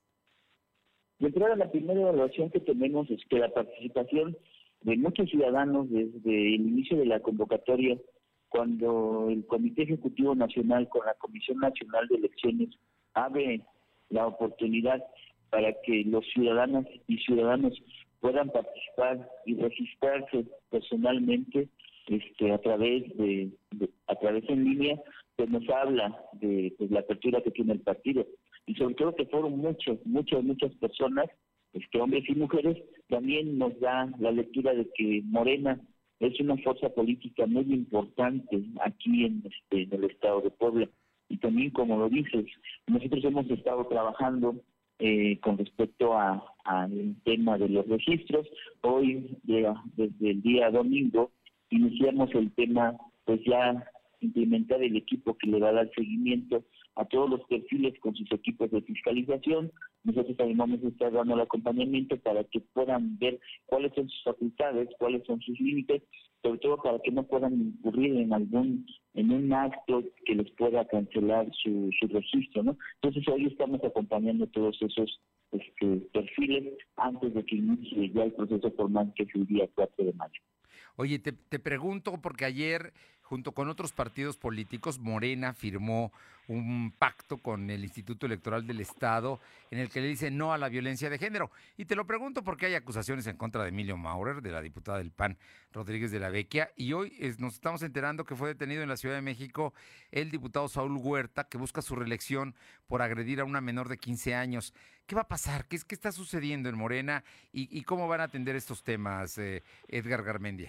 De entrada, la primera evaluación que tenemos es que la participación de muchos ciudadanos desde el inicio de la convocatoria, cuando el Comité Ejecutivo Nacional con la Comisión Nacional de Elecciones abre la oportunidad para que los ciudadanas y ciudadanos puedan participar y registrarse personalmente este, a través de, de a través en línea, pues nos habla de pues, la apertura que tiene el partido y sobre todo que fueron muchas, muchas, muchas personas, este, hombres y mujeres. También nos da la lectura de que Morena es una fuerza política muy importante aquí en, este, en el estado de Puebla. Y también, como lo dices, nosotros hemos estado trabajando eh, con respecto a al tema de los registros. Hoy, de, desde el día domingo, iniciamos el tema, pues ya implementar el equipo que le va a dar seguimiento a todos los perfiles con sus equipos de fiscalización. Nosotros también vamos a estar dando el acompañamiento para que puedan ver cuáles son sus facultades, cuáles son sus límites, sobre todo para que no puedan incurrir en algún en un acto que les pueda cancelar su, su registro, ¿no? Entonces hoy estamos acompañando todos esos este, perfiles antes de que inicie ya el proceso formal, que es el día cuatro de mayo. Oye, te, te pregunto porque ayer, junto con otros partidos políticos, Morena firmó un pacto con el Instituto Electoral del Estado en el que le dice no a la violencia de género. Y te lo pregunto porque hay acusaciones en contra de Emilio Maurer, de la diputada del P A N, Rodríguez de la Vecchia, y hoy es, nos estamos enterando que fue detenido en la Ciudad de México el diputado Saúl Huerta, que busca su reelección por agredir a una menor de quince años. ¿Qué va a pasar? ¿Qué, es, qué está sucediendo en Morena? ¿Y, y cómo van a atender estos temas, eh, Edgar Garmendia?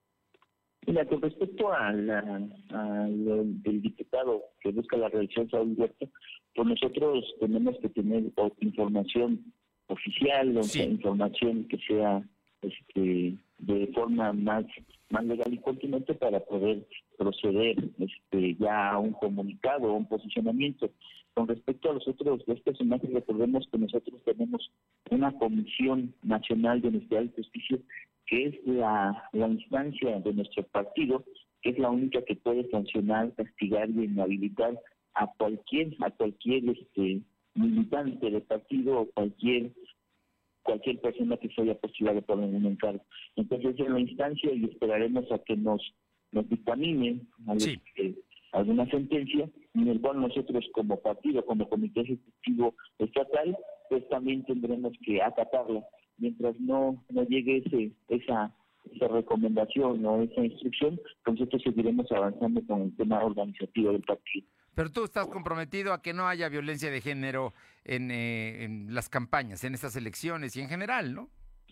Mira, con respecto a la, a lo del diputado que busca la reelección, Saúl Huerta, pues nosotros tenemos que tener información oficial, o sea, información que sea este, de forma más, más legal y continente para poder proceder este, ya a un comunicado o un posicionamiento. Con respecto a los otros dos personajes, recordemos que nosotros tenemos una Comisión Nacional de Honestidad y Justicia, que es la, la instancia de nuestro partido, que es la única que puede sancionar, castigar y inhabilitar a cualquier a cualquier este militante del partido o cualquier cualquier persona que se haya postulado por algún encargo. Entonces es la instancia y esperaremos a que nos nos dictaminen a sí. este, alguna sentencia, en el cual nosotros como partido, como comité ejecutivo estatal, pues también tendremos que acatarla. Mientras no, no llegue ese, esa, esa recomendación o esa instrucción, pues nosotros seguiremos avanzando con el tema organizativo del partido. Pero tú estás comprometido a que no haya violencia de género en, eh, en las campañas, en estas elecciones y en general, ¿no?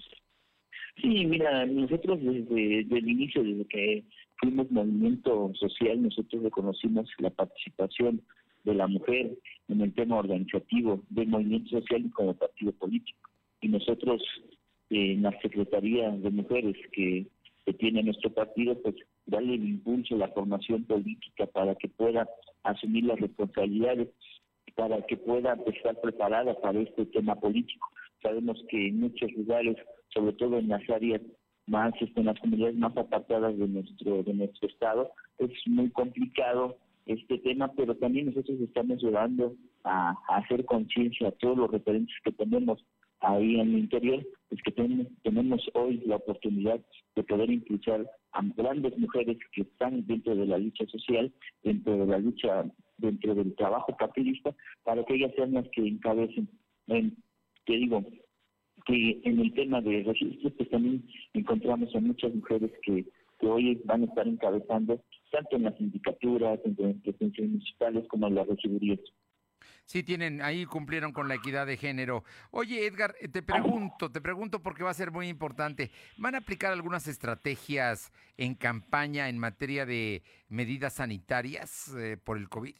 Sí, mira, nosotros desde, desde el inicio, desde que fuimos movimiento social, nosotros reconocimos la participación de la mujer en el tema organizativo del movimiento social y como partido político. Y nosotros eh, en la Secretaría de Mujeres que, que tiene nuestro partido, pues darle el impulso, la formación política para que pueda asumir las responsabilidades, para que pueda pues, estar preparada para este tema político. Sabemos que en muchos lugares, sobre todo en las áreas más, este, en las comunidades más apartadas de nuestro de nuestro estado, es muy complicado este tema, pero también nosotros estamos llevando a, a hacer conciencia a todos los referentes que tenemos ahí en el interior, pues que tenemos, tenemos hoy la oportunidad de poder impulsar a grandes mujeres que están dentro de la lucha social, dentro de la lucha, dentro del trabajo partidista, para que ellas sean las que encabecen. En, te digo, que en el tema de registros, pues también encontramos a muchas mujeres que que hoy van a estar encabezando tanto en las sindicaturas, en las presidencias municipales como en las regidurías. Sí, tienen, ahí cumplieron con la equidad de género. Oye, Edgar, te pregunto, te pregunto porque va a ser muy importante. ¿Van a aplicar algunas estrategias en campaña en materia de medidas sanitarias eh, por el COVID?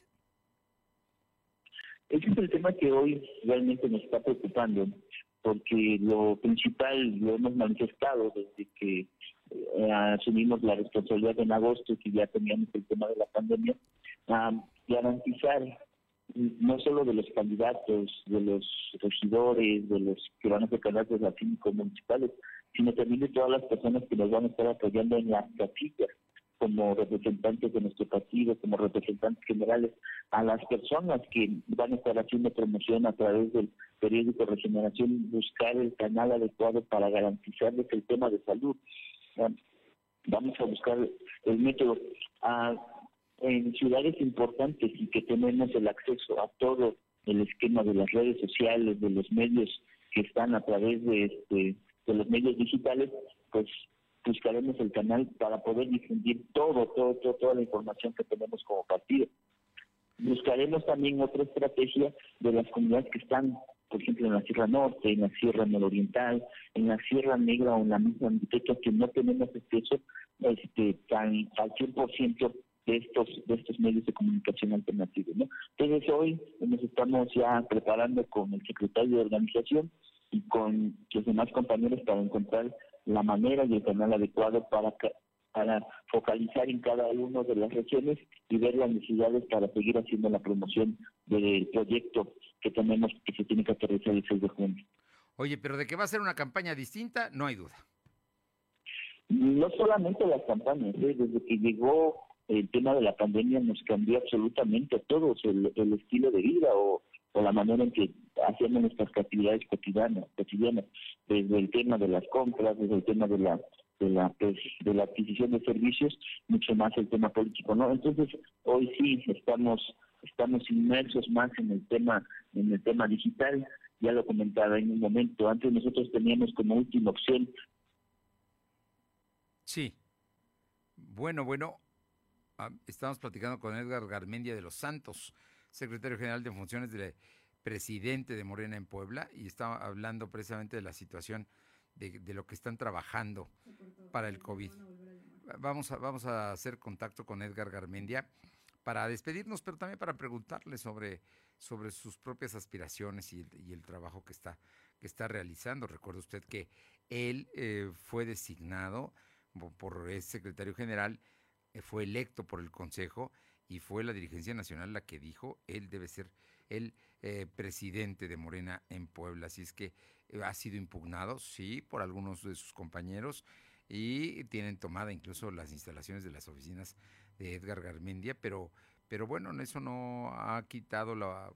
Ese es el tema que hoy realmente nos está preocupando, porque lo principal lo hemos manifestado desde que eh, asumimos la responsabilidad en agosto, que ya teníamos el tema de la pandemia, a garantizar no solo de los candidatos, de los regidores, de los que van a ser candidatos a síndicos municipales, sino también de todas las personas que nos van a estar apoyando en las casillas, como representantes de nuestro partido, como representantes generales, a las personas que van a estar haciendo promoción a través del periódico Regeneración, buscar el canal adecuado para garantizarles el tema de salud. Vamos a buscar el método. A, en ciudades importantes y que tenemos el acceso a todo el esquema de las redes sociales, de los medios que están a través de, este, de los medios digitales, pues buscaremos el canal para poder difundir todo, todo, todo, toda la información que tenemos como partido. Buscaremos también otra estrategia de las comunidades que están, por ejemplo, en la Sierra Norte, en la Sierra Nororiental, en la Sierra Negra o en la misma Mixteca, que no tenemos acceso este, tan, al cien por ciento de estos de estos medios de comunicación alternativos, ¿no? Entonces hoy nos estamos ya preparando con el secretario de organización y con los demás compañeros para encontrar la manera y el canal adecuado para para focalizar en cada una de las regiones y ver las necesidades para seguir haciendo la promoción del proyecto que tenemos, que se tiene que aterrizar el seis de junio. Oye, pero de que va a ser una campaña distinta, no hay duda. No solamente las campañas, ¿eh? Desde que llegó el tema de la pandemia nos cambió absolutamente a todos el, el estilo de vida o, o la manera en que hacemos nuestras actividades cotidianas, cotidianas, desde el tema de las compras, desde el tema de la de la pues, de la adquisición de servicios, mucho más el tema político, ¿no? Entonces hoy sí estamos estamos inmersos más en el tema en el tema digital. Ya lo comentaba en un momento, antes nosotros teníamos como última opción. Sí. Bueno, bueno. Estamos platicando con Edgar Garmendia de los Santos, secretario general de funciones del presidente de Morena en Puebla, y estaba hablando precisamente de la situación de, de lo que están trabajando para el COVID. Vamos a, vamos a hacer contacto con Edgar Garmendia para despedirnos, pero también para preguntarle sobre, sobre sus propias aspiraciones y, y el trabajo que está, que está realizando. Recuerde usted que él eh, fue designado por el secretario general, fue electo por el Consejo y fue la dirigencia nacional la que dijo él debe ser el eh, presidente de Morena en Puebla. Así es que eh, ha sido impugnado, sí, por algunos de sus compañeros y tienen tomada incluso las instalaciones de las oficinas de Edgar Garmendia, pero, pero bueno, eso no ha quitado la...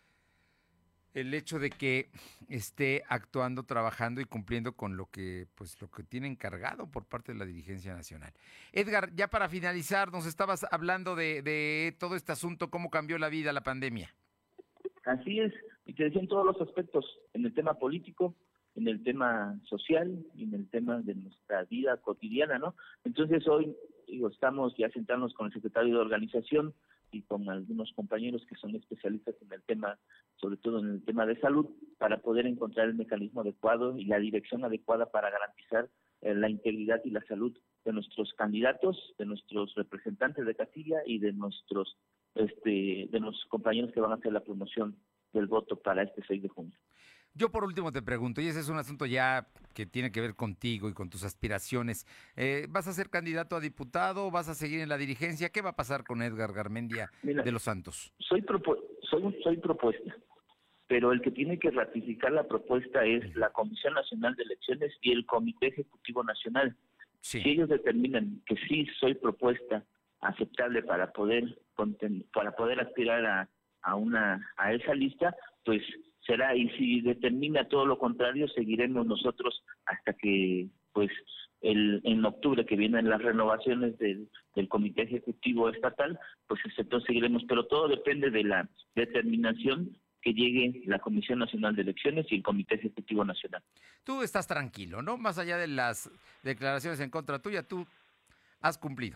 el hecho de que esté actuando, trabajando y cumpliendo con lo que pues lo que tiene encargado por parte de la dirigencia nacional. Edgar, ya para finalizar, nos estabas hablando de, de todo este asunto, cómo cambió la vida la pandemia. Así es, y te decía en todos los aspectos, en el tema político, en el tema social y en el tema de nuestra vida cotidiana, ¿no? Entonces hoy, digo, estamos ya sentándonos con el secretario de organización y con algunos compañeros que son especialistas en el tema, sobre todo en el tema de salud, para poder encontrar el mecanismo adecuado y la dirección adecuada para garantizar eh, la integridad y la salud de nuestros candidatos, de nuestros representantes de casilla y de nuestros este de nuestros compañeros que van a hacer la promoción del voto para este seis de junio. Yo por último te pregunto, y ese es un asunto ya que tiene que ver contigo y con tus aspiraciones, eh, ¿vas a ser candidato a diputado? ¿Vas a seguir en la dirigencia? ¿Qué va a pasar con Edgar Garmendia Mira, de los Santos? Soy, propu- soy, soy propuesta, pero el que tiene que ratificar la propuesta es la Comisión Nacional de Elecciones y el Comité Ejecutivo Nacional. Sí. Si ellos determinan que sí soy propuesta aceptable para poder para poder aspirar a, a una a esa lista, pues será, y si determina todo lo contrario, seguiremos nosotros hasta que pues el en octubre que vienen las renovaciones del, del Comité Ejecutivo Estatal, pues entonces seguiremos, pero todo depende de la determinación que llegue la Comisión Nacional de Elecciones y el Comité Ejecutivo Nacional. Tú estás tranquilo, ¿no? Más allá de las declaraciones en contra tuya, tú has cumplido.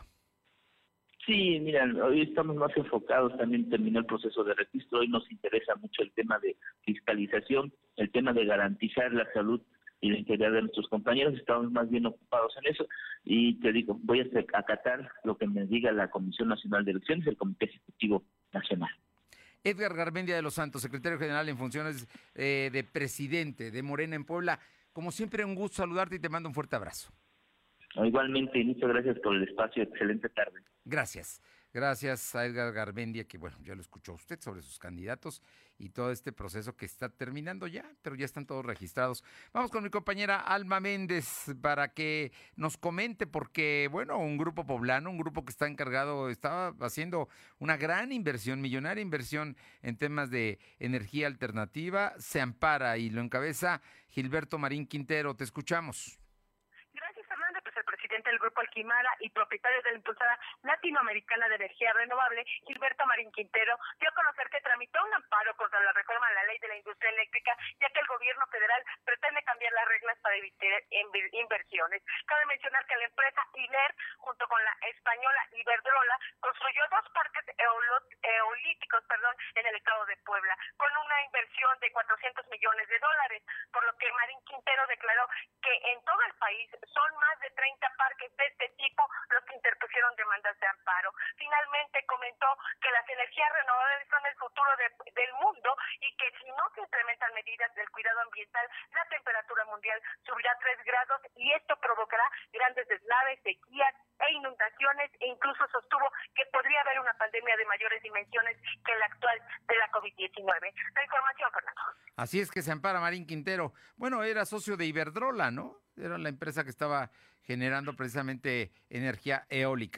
Sí, mira, hoy estamos más enfocados, también terminó el proceso de registro, hoy nos interesa mucho el tema de fiscalización, el tema de garantizar la salud y la integridad de nuestros compañeros, estamos más bien ocupados en eso, y te digo, voy a acatar lo que me diga la Comisión Nacional de Elecciones, el Comité Ejecutivo Nacional. Edgar Garmendia de los Santos, secretario general en funciones eh, de presidente de Morena en Puebla, como siempre un gusto saludarte y te mando un fuerte abrazo. Igualmente, muchas gracias por el espacio, excelente tarde. Gracias, gracias a Edgar Garmendia, que bueno, ya lo escuchó usted sobre sus candidatos y todo este proceso que está terminando ya, pero ya están todos registrados. Vamos con mi compañera Alma Méndez para que nos comente, porque bueno, un grupo poblano, un grupo que está encargado, estaba haciendo una gran inversión, millonaria inversión en temas de energía alternativa, se ampara y lo encabeza Gilberto Marín Quintero. Te escuchamos. Presidente del Grupo Alquimara y propietario de la impulsada latinoamericana de energía renovable, Gilberto Marín Quintero, dio a conocer que tramitó un amparo contra la reforma de la ley de la industria eléctrica, ya que el gobierno federal pretende cambiar las reglas para evitar inversiones. Cabe mencionar que la empresa I L E R, junto con la española Iberdrola, construyó dos parques eolíticos perdón, en el estado de Puebla, con una inversión de cuatrocientos millones de dólares, por lo que Marín Quintero declaró que en todo el país son más de treinta parques de este tipo los que interpusieron demandas de amparo. Finalmente comentó que las energías renovables son el futuro de, del mundo y que si no se implementan medidas del cuidado ambiental, la temperatura mundial subirá tres grados y esto provocará grandes deslaves, sequías e inundaciones, e incluso sostuvo que podría haber una pandemia de mayores dimensiones que la actual de la COVID diecinueve. La información, Fernando. Así es que se ampara Marín Quintero. Bueno, era socio de Iberdrola, ¿no? Era la empresa que estaba generando precisamente energía eólica.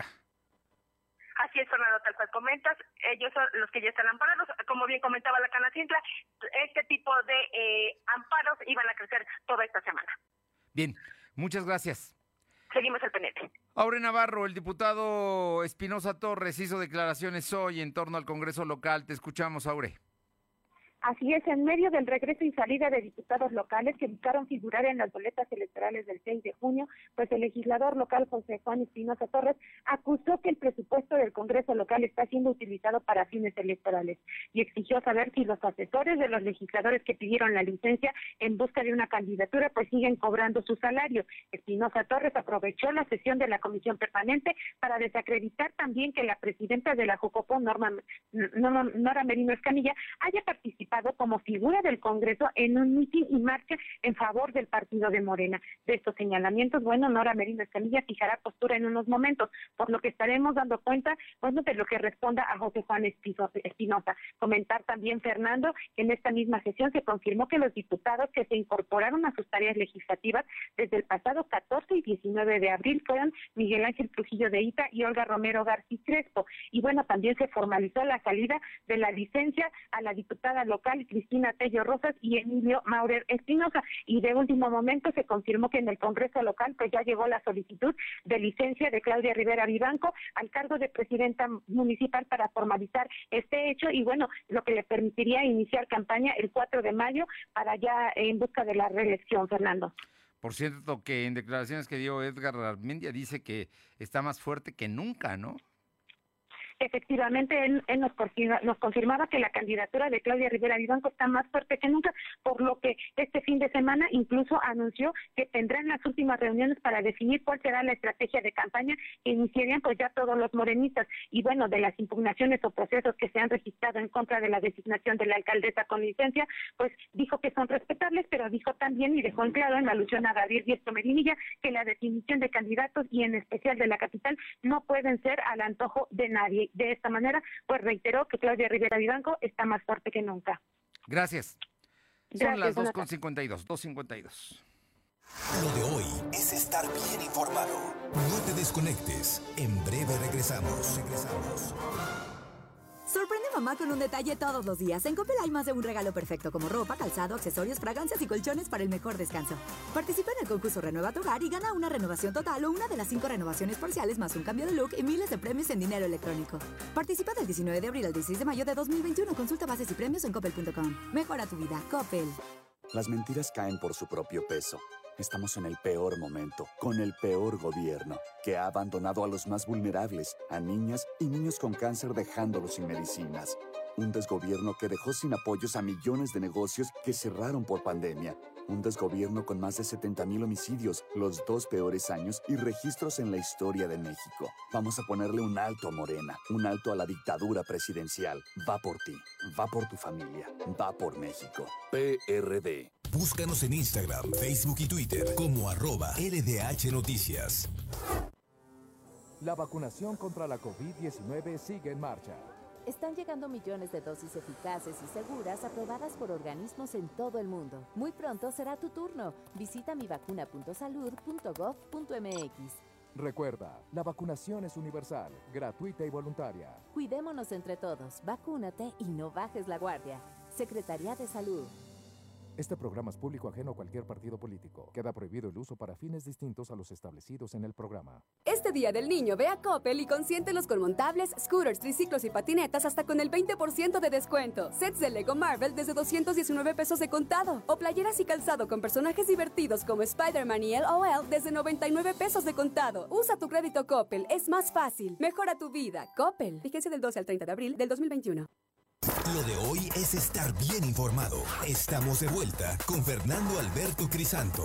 Así es, Fernando, tal cual comentas, ellos son los que ya están amparados. Como bien comentaba la Canacintla, este tipo de eh, amparos iban a crecer toda esta semana. Bien, muchas gracias. Seguimos al pendiente. Aure Navarro, el diputado Espinosa Torres hizo declaraciones hoy en torno al Congreso local. Te escuchamos, Aure. Así es, en medio del regreso y salida de diputados locales que buscaron figurar en las boletas electorales del seis de junio, pues el legislador local José Juan Espinosa Torres acusó que el presupuesto del Congreso local está siendo utilizado para fines electorales y exigió saber si los asesores de los legisladores que pidieron la licencia en busca de una candidatura pues siguen cobrando su salario. Espinosa Torres aprovechó la sesión de la Comisión Permanente para desacreditar también que la presidenta de la Jucopo, Norma, Nora Merino Escamilla, haya participado como figura del Congreso en un mitin y marcha en favor del partido de Morena. De estos señalamientos, bueno, Nora Merino Escamilla fijará postura en unos momentos, por lo que estaremos dando cuenta, bueno, de lo que responda a José Juan Espinosa. Comentar también, Fernando, que en esta misma sesión se confirmó que los diputados que se incorporaron a sus tareas legislativas desde el pasado catorce y diecinueve de abril fueron Miguel Ángel Trujillo de Ita y Olga Romero García Crespo. Y bueno, también se formalizó la salida de la licencia a la diputada local Cristina Tello Rosas y Emilio Maurer Espinosa, y de último momento se confirmó que en el Congreso local pues ya llegó la solicitud de licencia de Claudia Rivera Vivanco al cargo de presidenta municipal para formalizar este hecho y bueno, lo que le permitiría iniciar campaña el cuatro de mayo para ya en busca de la reelección, Fernando. Por cierto, que en declaraciones que dio Edgar Garmendia dice que está más fuerte que nunca, ¿no? Efectivamente, él, él nos, confirma, nos confirmaba que la candidatura de Claudia Rivera Vivanco está más fuerte que nunca, por lo que este fin de semana incluso anunció que tendrán las últimas reuniones para definir cuál será la estrategia de campaña que iniciarían pues ya todos los morenistas. Y bueno, de las impugnaciones o procesos que se han registrado en contra de la designación de la alcaldesa con licencia, pues dijo que son respetables, pero dijo también y dejó en claro en la alusión a Gabriel Diestro Medinilla que la definición de candidatos y en especial de la capital no pueden ser al antojo de nadie. De esta manera, pues reiteró que Claudia Rivera Vivanco está más fuerte que nunca. Gracias. Son Gracias, las dos con cincuenta y dos, dos cincuenta y dos. Lo de hoy es estar bien informado. No te desconectes. En breve regresamos. Regresamos. Sorprende a mamá con un detalle todos los días. En Coppel hay más de un regalo perfecto, como ropa, calzado, accesorios, fragancias y colchones para el mejor descanso. Participa en el concurso Renueva tu Hogar y gana una renovación total o una de las cinco renovaciones parciales más un cambio de look y miles de premios en dinero electrónico. Participa del diecinueve de abril al dieciséis de mayo de dos mil veintiuno. Consulta bases y premios en coppel punto com. Mejora tu vida. Coppel. Las mentiras caen por su propio peso. Estamos en el peor momento, con el peor gobierno, que ha abandonado a los más vulnerables, a niñas y niños con cáncer dejándolos sin medicinas. Un desgobierno que dejó sin apoyos a millones de negocios que cerraron por pandemia. Un desgobierno con más de setenta mil homicidios, los dos peores años y registros en la historia de México. Vamos a ponerle un alto a Morena, un alto a la dictadura presidencial. Va por ti, va por tu familia, va por México. P R D. Búscanos en Instagram, Facebook y Twitter como arroba L D H Noticias. La vacunación contra la COVID diecinueve sigue en marcha. Están llegando millones de dosis eficaces y seguras aprobadas por organismos en todo el mundo. Muy pronto será tu turno. Visita mi vacuna punto salud punto gov punto m x. Recuerda, la vacunación es universal, gratuita y voluntaria. Cuidémonos entre todos, vacúnate y no bajes la guardia. Secretaría de Salud. Este programa es público ajeno a cualquier partido político. Queda prohibido el uso para fines distintos a los establecidos en el programa. Este Día del Niño ve a Coppel y consiéntelos con montables, scooters, triciclos y patinetas hasta con el veinte por ciento de descuento. Sets de Lego Marvel desde doscientos diecinueve pesos de contado. O playeras y calzado con personajes divertidos como Spider-Man y L O L desde noventa y nueve pesos de contado. Usa tu crédito Coppel, es más fácil. Mejora tu vida. Coppel. Vigencia del doce al treinta de abril del dos mil veintiuno. Lo de hoy es estar bien informado. Estamos de vuelta con Fernando Alberto Crisanto.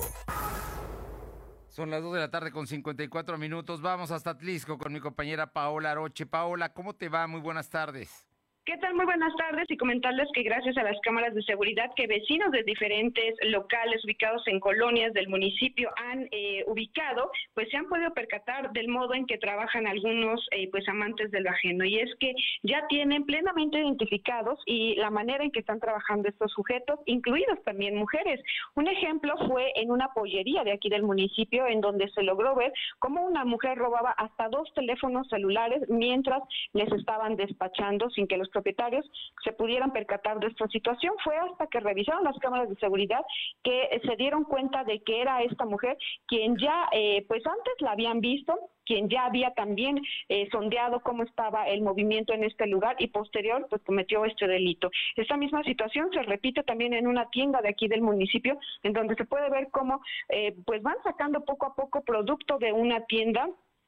Son las dos de la tarde con cincuenta y cuatro minutos. Vamos hasta Atlisco con mi compañera Paola Aroche. Paola, ¿cómo te va? Muy buenas tardes. ¿Qué tal? Muy buenas tardes y comentarles que gracias a las cámaras de seguridad que vecinos de diferentes locales ubicados en colonias del municipio han eh, ubicado, pues se han podido percatar del modo en que trabajan algunos eh, pues amantes de lo ajeno, y es que ya tienen plenamente identificados y la manera en que están trabajando estos sujetos, incluidos también mujeres. Un ejemplo fue en una pollería de aquí del municipio, en donde se logró ver cómo una mujer robaba hasta dos teléfonos celulares mientras les estaban despachando sin que los propietarios se pudieran percatar de esta situación. Fue hasta que revisaron las cámaras de seguridad que se dieron cuenta de que era esta mujer quien ya, eh, pues antes la habían visto, quien ya había también eh, sondeado cómo estaba el movimiento en este lugar y posterior pues cometió este delito. Esta misma situación se repite también en una tienda de aquí del municipio, en donde se puede ver cómo eh, pues van sacando poco a poco producto de una tienda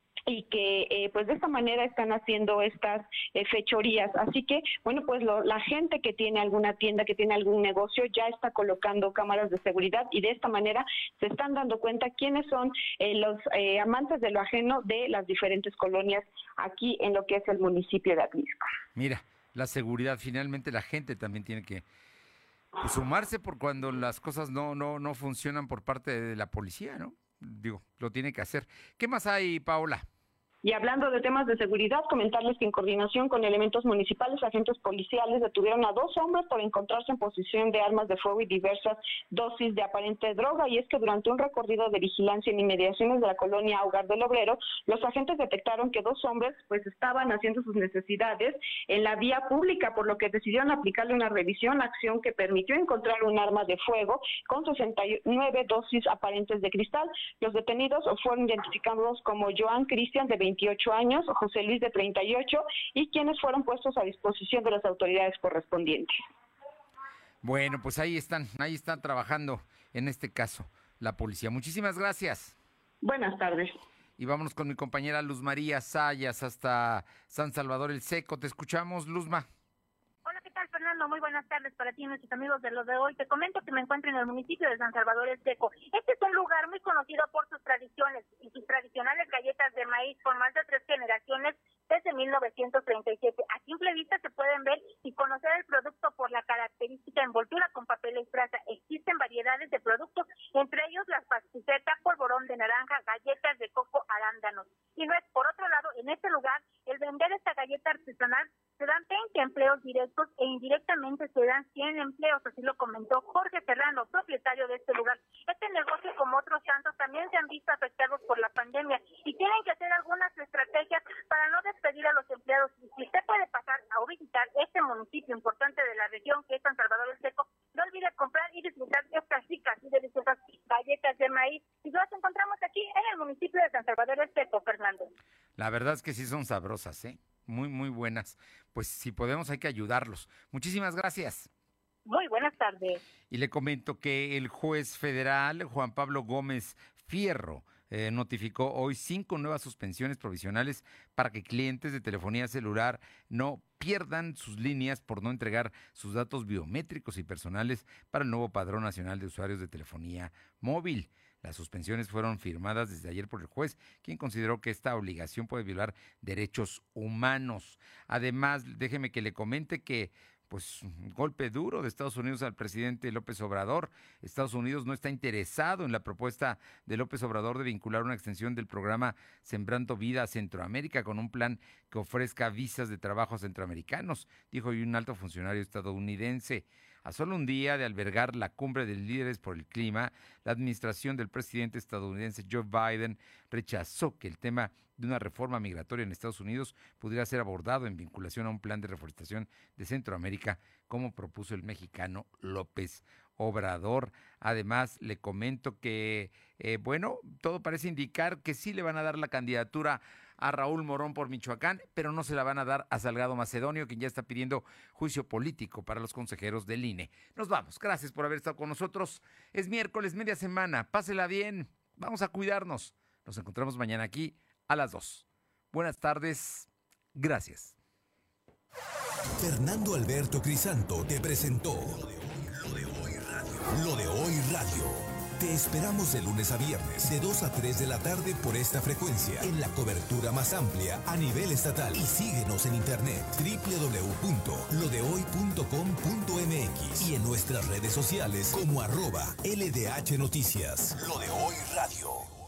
y que eh, pues de esta manera están haciendo estas eh, fechorías. Así que, bueno, pues lo, la gente que tiene alguna tienda, que tiene algún negocio, ya está colocando cámaras de seguridad y de esta manera se están dando cuenta quiénes son eh, los eh, amantes de lo ajeno de las diferentes colonias aquí en lo que es el municipio de Atlisco. Mira, la seguridad, finalmente la gente también tiene que pues, sumarse por cuando las cosas no, no, no funcionan por parte de la policía, ¿no? Digo, lo tiene que hacer. ¿Qué más hay, Paola? Y hablando de temas de seguridad, comentarles que en coordinación con elementos municipales, agentes policiales detuvieron a dos hombres por encontrarse en posesión de armas de fuego y diversas dosis de aparente droga. Y es que durante un recorrido de vigilancia en inmediaciones de la colonia Hogar del Obrero, los agentes detectaron que dos hombres pues estaban haciendo sus necesidades en la vía pública, por lo que decidieron aplicarle una revisión, acción que permitió encontrar un arma de fuego con sesenta y nueve dosis aparentes de cristal. Los detenidos fueron identificados como Joan Cristian, de veintiocho años, José Luis, de treinta y ocho, y quienes fueron puestos a disposición de las autoridades correspondientes. Bueno, pues ahí están, ahí están trabajando en este caso la policía. Muchísimas gracias. Buenas tardes. Y vámonos con mi compañera Luz María Sayas hasta San Salvador el Seco. Te escuchamos, Luzma. Hola, ¿qué tal, Fernando? Muy buenas tardes para ti y nuestros amigos de Lo de Hoy. Te comento que me encuentro en el municipio de San Salvador el Seco. Este es un lugar muy conocido por sus tradiciones y sus tradicionales galletas de maíz por más de tres generaciones desde mil novecientos treinta y siete. A simple vista se pueden ver y conocer el producto por la característica envoltura con papel estraza. Existen variedades de productos, entre ellos las pasticetas, polvorón de naranja, galletas de coco, arándanos. Y no es, por otro lado, en este lugar, el vender esta galleta artesanal se dan veinte empleos directos e indirectamente se dan cien empleos, así lo comentó Jorge Serrano, propietario de este lugar. Este negocio, como otros tantos, también se han visto afectados por la pandemia y tienen que hacer algunas estrategias para no despedir a los empleados. Y si usted puede pasar a visitar este municipio importante de la región, que es San Salvador el Seco, no olvide comprar y disfrutar de estas ricas y deliciosas galletas de maíz. Y las encontramos aquí en el municipio de San Salvador el Seco, Fernando. La verdad es que sí son sabrosas, ¿eh? Muy, muy buenas. Pues si podemos hay que ayudarlos. Muchísimas gracias. Muy buenas tardes. Y le comento que el juez federal Juan Pablo Gómez Fierro eh, notificó hoy cinco nuevas suspensiones provisionales para que clientes de telefonía celular no pierdan sus líneas por no entregar sus datos biométricos y personales para el nuevo Padrón Nacional de Usuarios de Telefonía Móvil. Las suspensiones fueron firmadas desde ayer por el juez, quien consideró que esta obligación puede violar derechos humanos. Además, déjeme que le comente que pues un golpe duro de Estados Unidos al presidente López Obrador. Estados Unidos no está interesado en la propuesta de López Obrador de vincular una extensión del programa Sembrando Vida a Centroamérica con un plan que ofrezca visas de trabajo a centroamericanos, dijo hoy un alto funcionario estadounidense. A solo un día de albergar la cumbre de líderes por el clima, la administración del presidente estadounidense Joe Biden rechazó que el tema de una reforma migratoria en Estados Unidos pudiera ser abordado en vinculación a un plan de reforestación de Centroamérica, como propuso el mexicano López Obrador. Además, le comento que, eh, bueno, todo parece indicar que sí le van a dar la candidatura a Raúl Morón por Michoacán, pero no se la van a dar a Salgado Macedonio, quien ya está pidiendo juicio político para los consejeros del I N E. Nos vamos. Gracias por haber estado con nosotros. Es miércoles, media semana. Pásela bien. Vamos a cuidarnos. Nos encontramos mañana aquí a las dos. Buenas tardes. Gracias. Fernando Alberto Crisanto te presentó Lo de Hoy Radio. Lo de Hoy Radio. Te esperamos de lunes a viernes, de dos a tres de la tarde por esta frecuencia, en la cobertura más amplia a nivel estatal. Y síguenos en internet, doble u doble u doble u punto lo de hoy punto com punto m x y en nuestras redes sociales como arroba L D H Noticias. Lo de Hoy Radio.